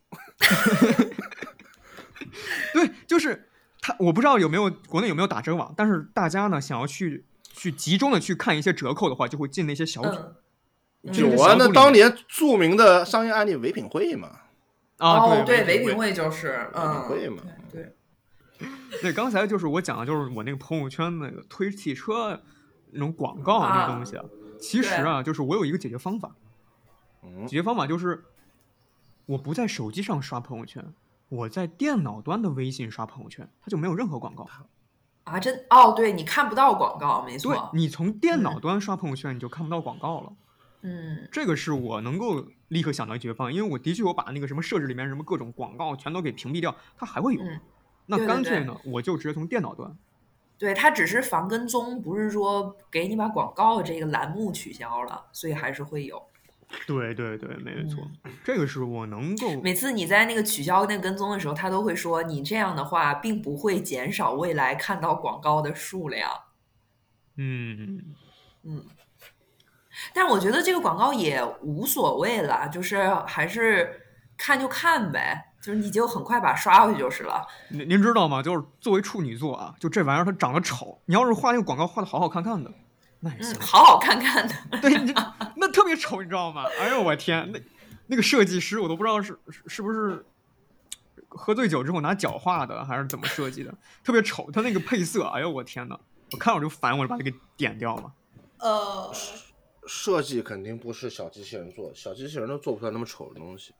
对，就是我不知道国内有没有打折网，但是大家呢想要去集中的去看一些折扣的话，就会进那些小组。 有啊，那当年著名的商业案例唯品会嘛。 对，唯品会就是唯品会嘛。 对，刚才就是我讲的，就是我那个朋友圈那个推汽车那种广告那个东西啊。其实啊，就是我有一个解决方法。解决方法就是我不在手机上刷朋友圈，我在电脑端的微信刷朋友圈，它就没有任何广告。 对，你看不到广告，没错。 对，你从电脑端刷朋友圈，你就看不到广告了。这个是我能够立刻想到的解决方案，因为我的确我把那个什么设置里面什么各种广告全都给屏蔽掉，它还会有。那干脆呢，我就直接从电脑端。 对，它只是防跟踪，不是说给你把广告这个栏目取消了，所以还是会有。 对，没错，这个是我能够。 每次你在那个取消那个跟踪的时候，他都会说你这样的话并不会减少未来看到广告的数量。但是我觉得这个广告也无所谓了，就是还是看就看呗，就是你就很快把它刷回去就是了。 您知道吗？就是作为处女座啊，就这玩意儿它长得丑，你要是画那个广告画的好好看看的，那也行， 好好看看的。 对，那特别丑，你知道吗？哎呦我天，那个设计师我都不知道是不是喝醉酒之后拿脚画的，还是怎么设计的，特别丑。他那个配色，哎呦我天哪，我看我就烦，我就把它给点掉了。 设计肯定不是小机器人做，小机器人都做不出来那么丑的东西，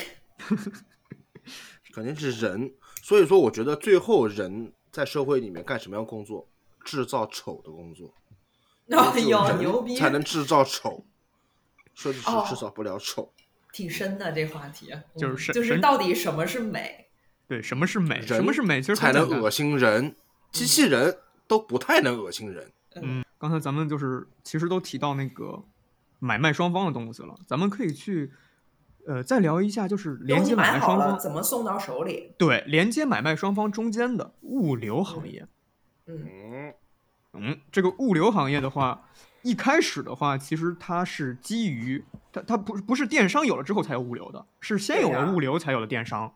肯定是人。所以说，我觉得最后人在社会里面干什么样工作？制造丑的工作。 牛逼！ 才能制造丑，设计师制造不了丑。 挺深的这话题， 就是到底什么是美？ 对，什么是美？什么是美？其实才能恶心人，机器人都不太能恶心人。 刚才咱们就是其实都提到那个买卖双方的东西了，咱们可以去再聊一下，就是连接买卖双方怎么送到手里？ 对，连接买卖双方中间的物流行业。这个物流行业的话，一开始的话，其实它是基于它不是电商有了之后才有物流的，是先有了物流才有了电商。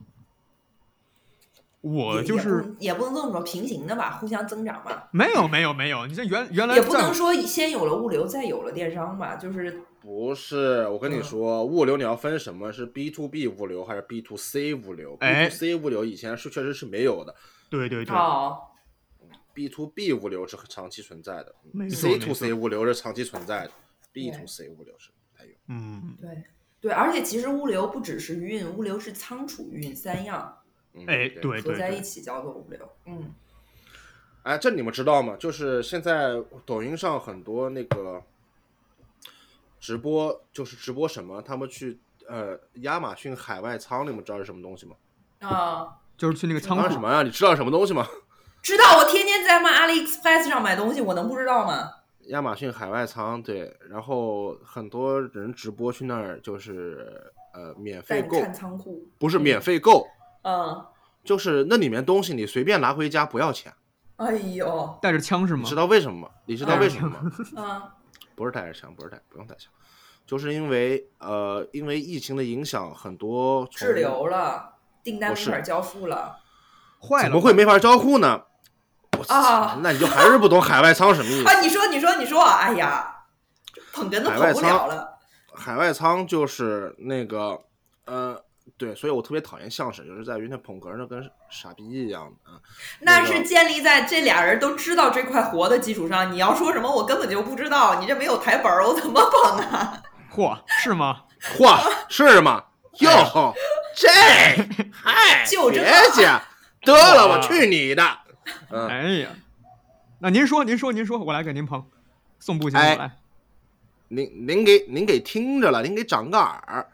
我就是也不能这么说，平行的吧，互相增长吧。 没有，你这原来也不能说先有了物流再有了电商吧，就是不是？我跟你说，物流你要分什么是 B to B 物流还是 B to C 物流？B to C 物流以前确实是没有的。 对。 B to B 物流是长期存在的 ，C to C 物流是长期存在的 ，B to C 物流是不太有。 对，而且其实物流不只是运，物流是仓储运三样。 对， 合在一起叫做物流。 这你们知道吗？就是现在抖音上很多那个直播，就是直播什么，他们去亚马逊海外仓，你们知道是什么东西吗？ 就是去那个仓库什么呀？你知道什么东西吗？ 知道，我天天在AliExpress 上买东西，我能不知道吗？ 亚马逊海外仓，对，然后很多人直播去那儿，就是免费购， 看仓库， 不是免费购， 就是那里面东西你随便拿回家不要钱。 哎呦， 带着枪是吗？ 你知道为什么吗？你知道为什么吗？ 不是带着枪，不用带枪，就是因为疫情的影响，很多滞留了，订单没法交付了。 坏了， 怎么会没法交付呢？那你就还是不懂海外仓什么意思啊？你说，哎呀，捧哏都捧不了了。 海外仓就是那个对，所以我特别讨厌相声，就是在于那捧哏的跟傻逼一样的那是建立在这俩人都知道这块活的基础上。你要说什么我根本就不知道，你这没有台本我怎么捧啊？ 嚯，是吗？ 嚯，是吗？哟，这嗨， 就这别介，得了，我去你的！ 哎呀，那您说，我来给您捧，送步行来。 您给听着了，您给长个耳。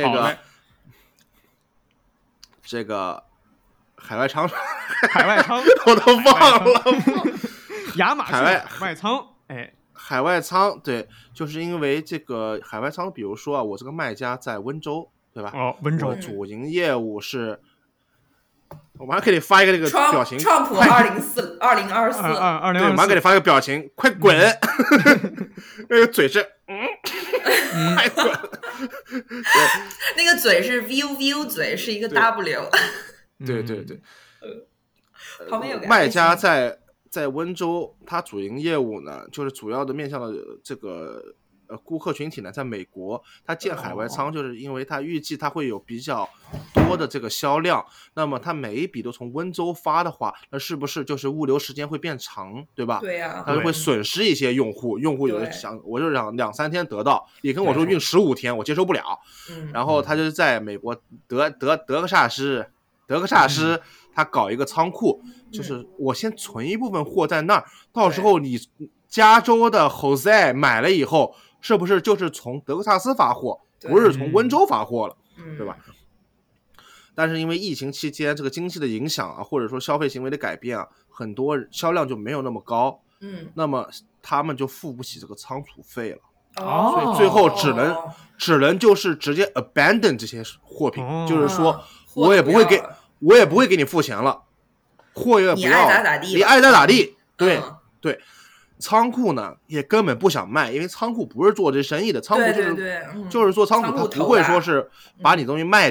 这个海外仓我都忘了。 亚马逊海外仓， 海外仓，对，就是因为这个海外仓，比如说我这个卖家在温州，对吧？ 温州主营业务是。我马上给你发一个这个表情。 川普2024， 对，我马上给你发一个表情，快滚！那个嘴是快滚！ 那个嘴是 VU 嘴，是一个 W。 对。 旁边有个卖家在温州，他主营业务呢，就是主要的面向的这个顾客群体呢，在美国，他建海外仓，就是因为他预计他会有比较多的这个销量，那么他每一笔都从温州发的话，那是不是就是物流时间会变长，对吧？ 对呀， 他就会损失一些用户有的想，我就想2-3天得到，你跟我说运15天，我接受不了。然后他就在美国德克萨斯，他搞一个仓库，就是我先存一部分货在那儿，到时候你加州的 Jose 买了以后，是不是就是从德克萨斯发货，不是从温州发货了，对吧？但是因为疫情期间这个经济的影响啊，或者说消费行为的改变啊，很多销量就没有那么高，那么他们就付不起这个仓储费了，所以最后只能就是直接 abandon 这些货品，就是说我也不会给你付钱了，货也不要，你爱咋地，对。仓库呢也根本不想卖，因为仓库不是做这生意的，仓库就是做仓储，他不会说是把你东西卖掉的，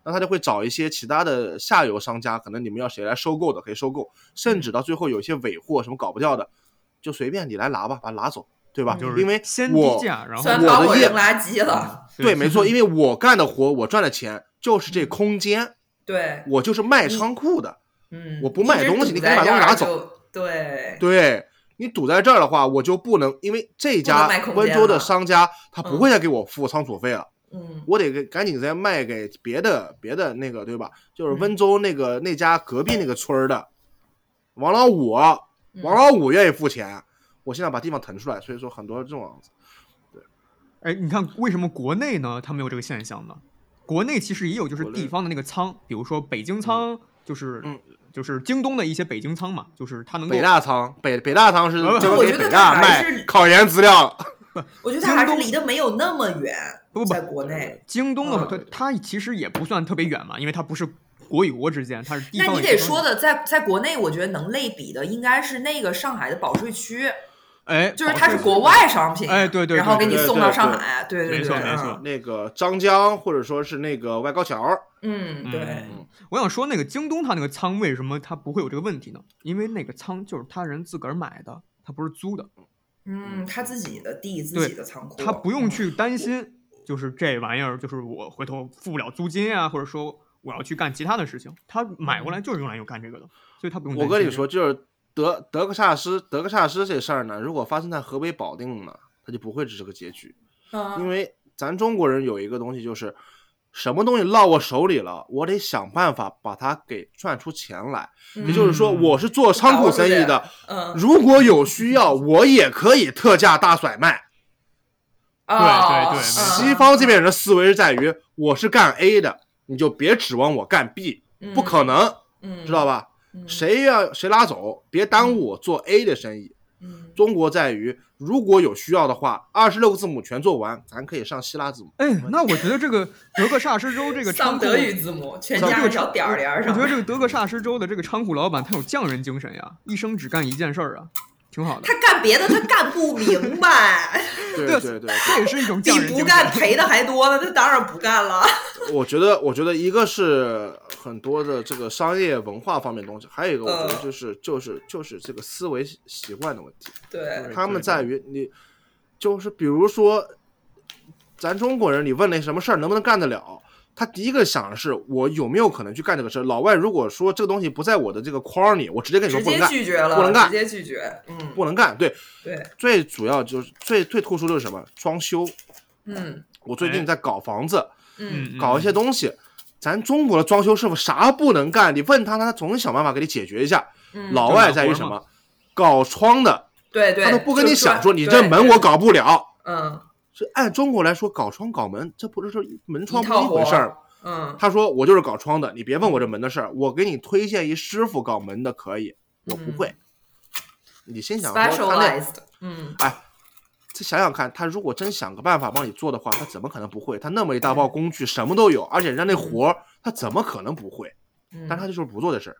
那他就会找一些其他的下游商家，可能你们要谁来收购的可以收购，甚至到最后有一些尾货什么搞不掉的，就随便你来拿吧，把它拿走，对吧？ 就是因为先低价，然后把我扔垃圾了。 对，没错，因为我干的活，我赚的钱就是这空间， 对， 我就是卖仓库的，我不卖东西，你可以把东西拿走，对，你堵在这儿的话，我就不能，因为这家温州的商家他不会再给我付仓储费了。我得赶紧再卖给别的那个，对吧？就是温州那家隔壁那个村的王老五愿意付钱，我现在把地方腾出来，所以说很多这种样子。对， 哎，你看为什么国内呢？它没有这个现象呢？国内其实也有，就是地方的那个仓，比如说北京仓，就是京东的一些北京仓嘛，就是它能够北大仓，北大仓是交给北大卖考研资料。 我觉得它还是离得没有那么远，在国内。 京东的它其实也不算特别远嘛，因为它不是国与国之间，它是地方。 那你得说的，在国内，我觉得能类比的应该是那个上海的保税区。 哎， 就是它是国外商品， 哎，对， 然后给你送到上海，对， 没错。 那个张江或者说是那个外高桥， 对。 我想说那个京东它那个仓为什么它不会有这个问题呢？因为那个仓就是他人自个儿买的，他不是租的。 他自己的地，自己的仓库， 他不用去担心，就是这玩意儿，就是我回头付不了租金啊，或者说我要去干其他的事情，他买过来就是用来干这个的，所以他不用担心。 我跟你说，就是德克萨斯这事儿呢，如果发生在河北保定呢，他就不会是这个结局，因为咱中国人有一个东西就是。什么东西落我手里了，我得想办法把它给赚出钱来。也就是说，我是做仓库生意的，如果有需要，我也可以特价大甩卖。 对， 西方这边人的思维是在于，我是干 A 的，你就别指望我干 B，不可能，知道吧？谁拉走，别耽误我做 A 的生意。中国在于，如果有需要的话，26个字母全做完，咱可以上希腊字母。 哎，那我觉得这个德克萨斯州这个仓库， 上德语字母，全加上小点儿上。 我觉得这个德克萨斯州的这个仓库老板，他有匠人精神呀，一生只干一件事儿啊，挺好的。 他干别的他干不明白。 对， 这也是一种匠人精神。 比不干赔的还多呢，他当然不干了。 我觉得一个是很多的这个商业文化方面的东西，还有一个我觉得就是这个思维习惯的问题。 对， 他们在于你就是比如说咱中国人，你问那什么事儿能不能干得了，他第一个想的是我有没有可能去干这个事儿。老外如果说这个东西不在我的这个框里，我直接跟你说不能干， 直接拒绝了， 不能干， 直接拒绝， 不能干。对，最主要就是最突出的是什么？装修。我最近在搞房子，搞一些东西。咱中国的装修师傅啥不能干，你问他总想办法给你解决一下。老外在于什么？搞窗的， 对， 他都不跟你想说你这门我搞不了。是按中国来说，搞窗搞门，这不是说门窗不是一回事儿。他说我就是搞窗的，你别问我这门的事儿，我给你推荐一师傅搞门的可以，我不会。你心想说他哎。再想想看，他如果真想个办法帮你做的话，他怎么可能不会？他那么一大包工具，什么都有，而且人家那活儿，他怎么可能不会？但他就是不做的事儿。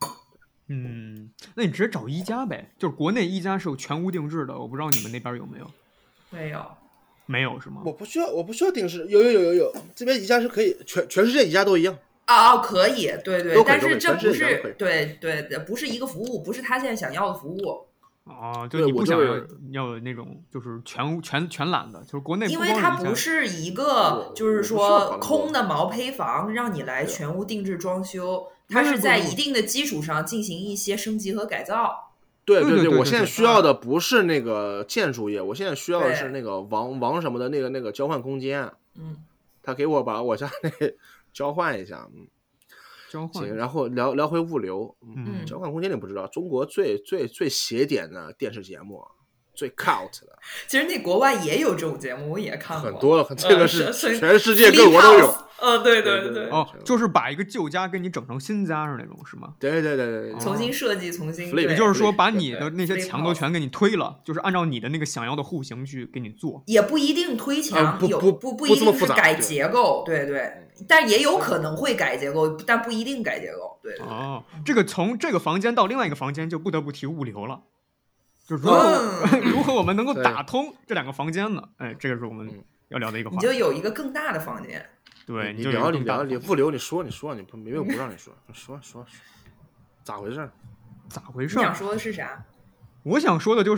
那你直接找一家呗，就是国内一家是有全屋定制的，我不知道你们那边有没有？没有是吗？ 我不需要定制，有，这边宜家是可以，全世界宜家都一样。 可以，对，但是这不是对，不是一个服务，不是他现在想要的服务。 就你不想要那种就是全揽的，就是国内， 因为它不是一个就是说空的毛坯房让你来全屋定制装修，它是在一定的基础上进行一些升级和改造。 对，我现在需要的不是那个建筑业，我现在需要的是那个王什么的那个交换空间。他给我把我家那交换一下。行，然后聊回物流。交换空间你不知道，中国最邪典的电视节目，最 cult 的。 其实那国外也有这种节目，我也看过很多了，这个是全世界各国都有。 对。 就是把一个旧家给你整成新家是那种是吗？ 对， 重新设计，重新。 也就是说，把你的那些墙都全给你推了，就是按照你的那个想要的户型去给你做。 也不一定推墙，不一定是改结构，对。但也有可能会改结构，但不一定改结构。对。 这个从这个房间到另外一个房间，就不得不提物流了。就是如何我们能够打通这两个房间呢？这个是我们要聊的一个话题。 你就有一个更大的房间。 对， 你聊物流，你说，你没有不让你说，说，咋回事？ 你想说的是啥？ 我想说的就是，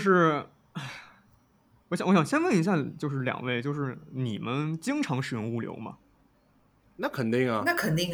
我想先问一下，就是两位，就是你们经常使用物流吗？ 那肯定啊。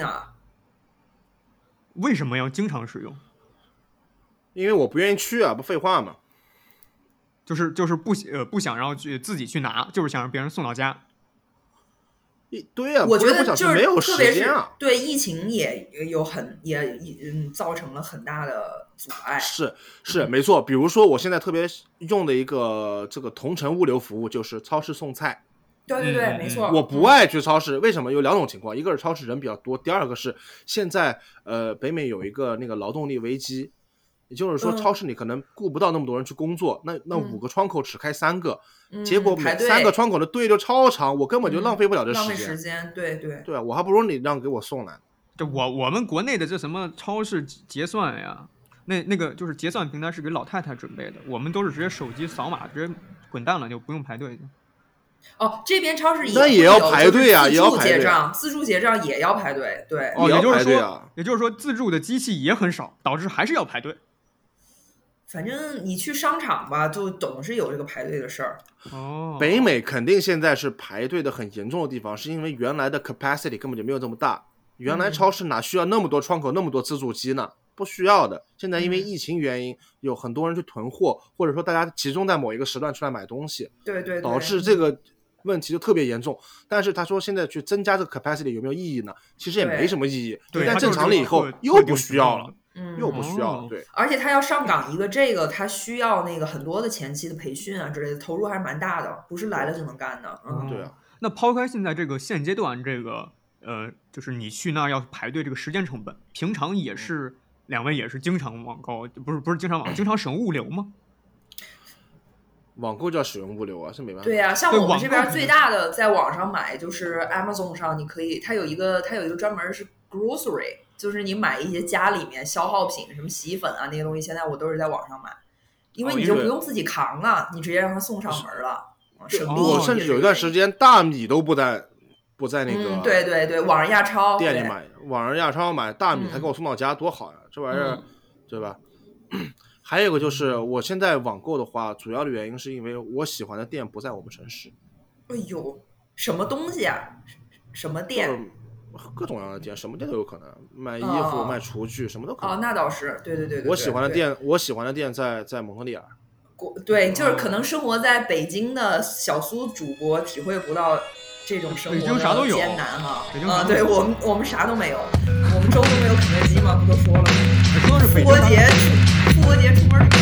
为什么要经常使用？ 因为我不愿意去啊，不废话吗？ 就是不想让自己去拿，就是想让别人送到家。 对啊， 我觉得就是没有时间啊。 对，疫情也造成了很大的阻碍。 是没错。比如说我现在特别用的一个这个同城物流服务就是超市送菜。 对，没错。 我不爱去超市，为什么？有两种情况，一个是超市人比较多，第二个是现在北美有一个那个劳动力危机。也就是说，超市你可能顾不到那么多人去工作，那5个窗口只开3个，结果每3个窗口的队就超长，我根本就浪费不了这浪费时间。对， 我还不如你让给我送来。 这我们国内的这什么超市结算呀，那个就是结算平台是给老太太准备的，我们都是直接手机扫码直接滚蛋了，就不用排队。 哦，这边超市也要排队啊， 也要排队。自助结账也要排队，对， 也要排队啊。 也就是说，自助的机器也很少，导致还是要排队。 反正你去商场吧，就总是有这个排队的事儿。 北美肯定现在是排队的很严重的地方，是因为原来的 capacity 根本就没有这么大。原来超市哪需要那么多窗口那么多自助机呢？不需要的。现在因为疫情原因，有很多人去囤货，或者说大家集中在某一个时段出来买东西， 对， 导致这个问题就特别严重。但是他说现在去增加这个 capacity 有没有意义呢？其实也没什么意义。 对， 但正常了以后又不需要了。又不需要。对， 而且他要上岗一个这个，他需要那个很多的前期的培训啊之类的，投入还是蛮大的，不是来了就能干的。 对啊。 那抛开现在这个现阶段这个就是你去那儿要排队这个时间成本，平常也是两位也是经常网购，不是经常经常使用物流吗？ 网购就要使用物流啊，是没办法。 对啊，像我们这边最大的在网上买就是 Amazon 上，你可以，它有一个专门是 grocery。就是你买一些家里面消耗品，什么洗衣粉啊那些东西，现在我都是在网上买，因为你就不用自己扛了，你直接让他送上门了，省力。 我甚至有一段时间大米都不在那个对，网上亚超店里买，网上亚超买大米，他给我送到家，多好呀，这玩意儿，对吧？还有一个就是我现在网购的话，主要的原因是因为我喜欢的店不在我们城市。 哎呦，什么东西啊？什么店？ 各种各样的店，什么店都有可能，卖衣服、卖厨具，什么都可能。 那倒是，对。 我喜欢的店在蒙特利尔。 对，就是可能生活在北京的小苏主播体会不到这种生活的艰难哈。对我们啥都没有，我们周末没有肯德基吗？不都说了吗？复活节出门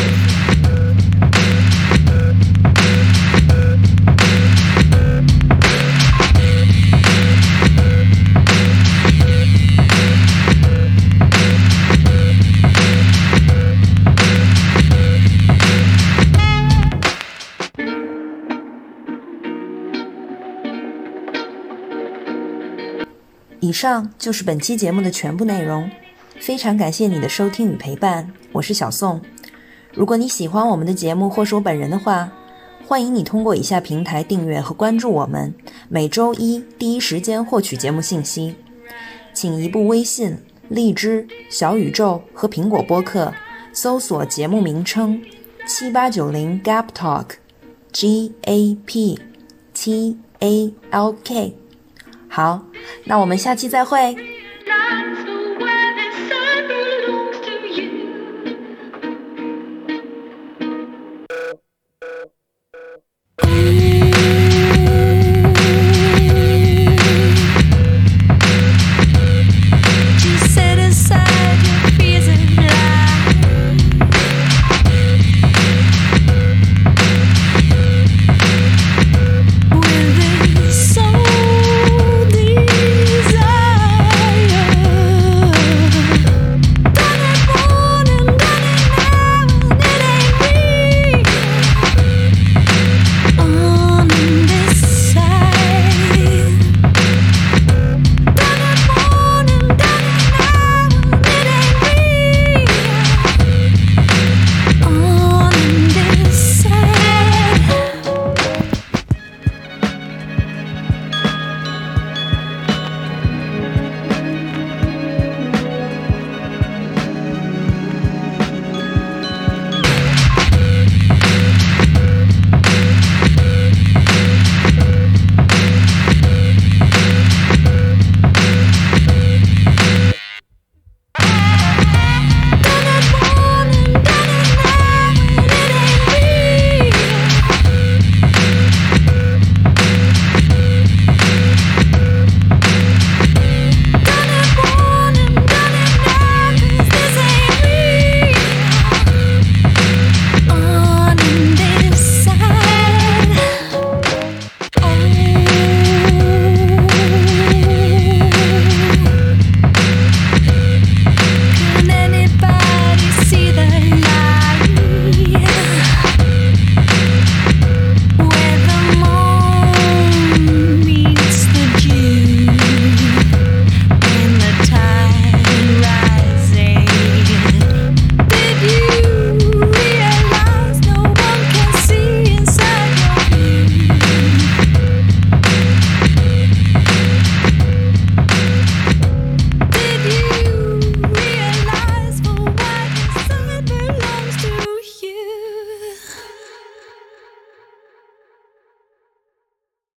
以上就是本期节目的全部内容，非常感谢你的收听与陪伴，我是小宋。如果你喜欢我们的节目或是我本人的话，欢迎你通过以下平台订阅和关注我们，每周一第一时间获取节目信息。请移步微信、荔枝、小宇宙和苹果播客搜索节目名称7890 Gap Talk GAP TALK。好，那我们下期再会。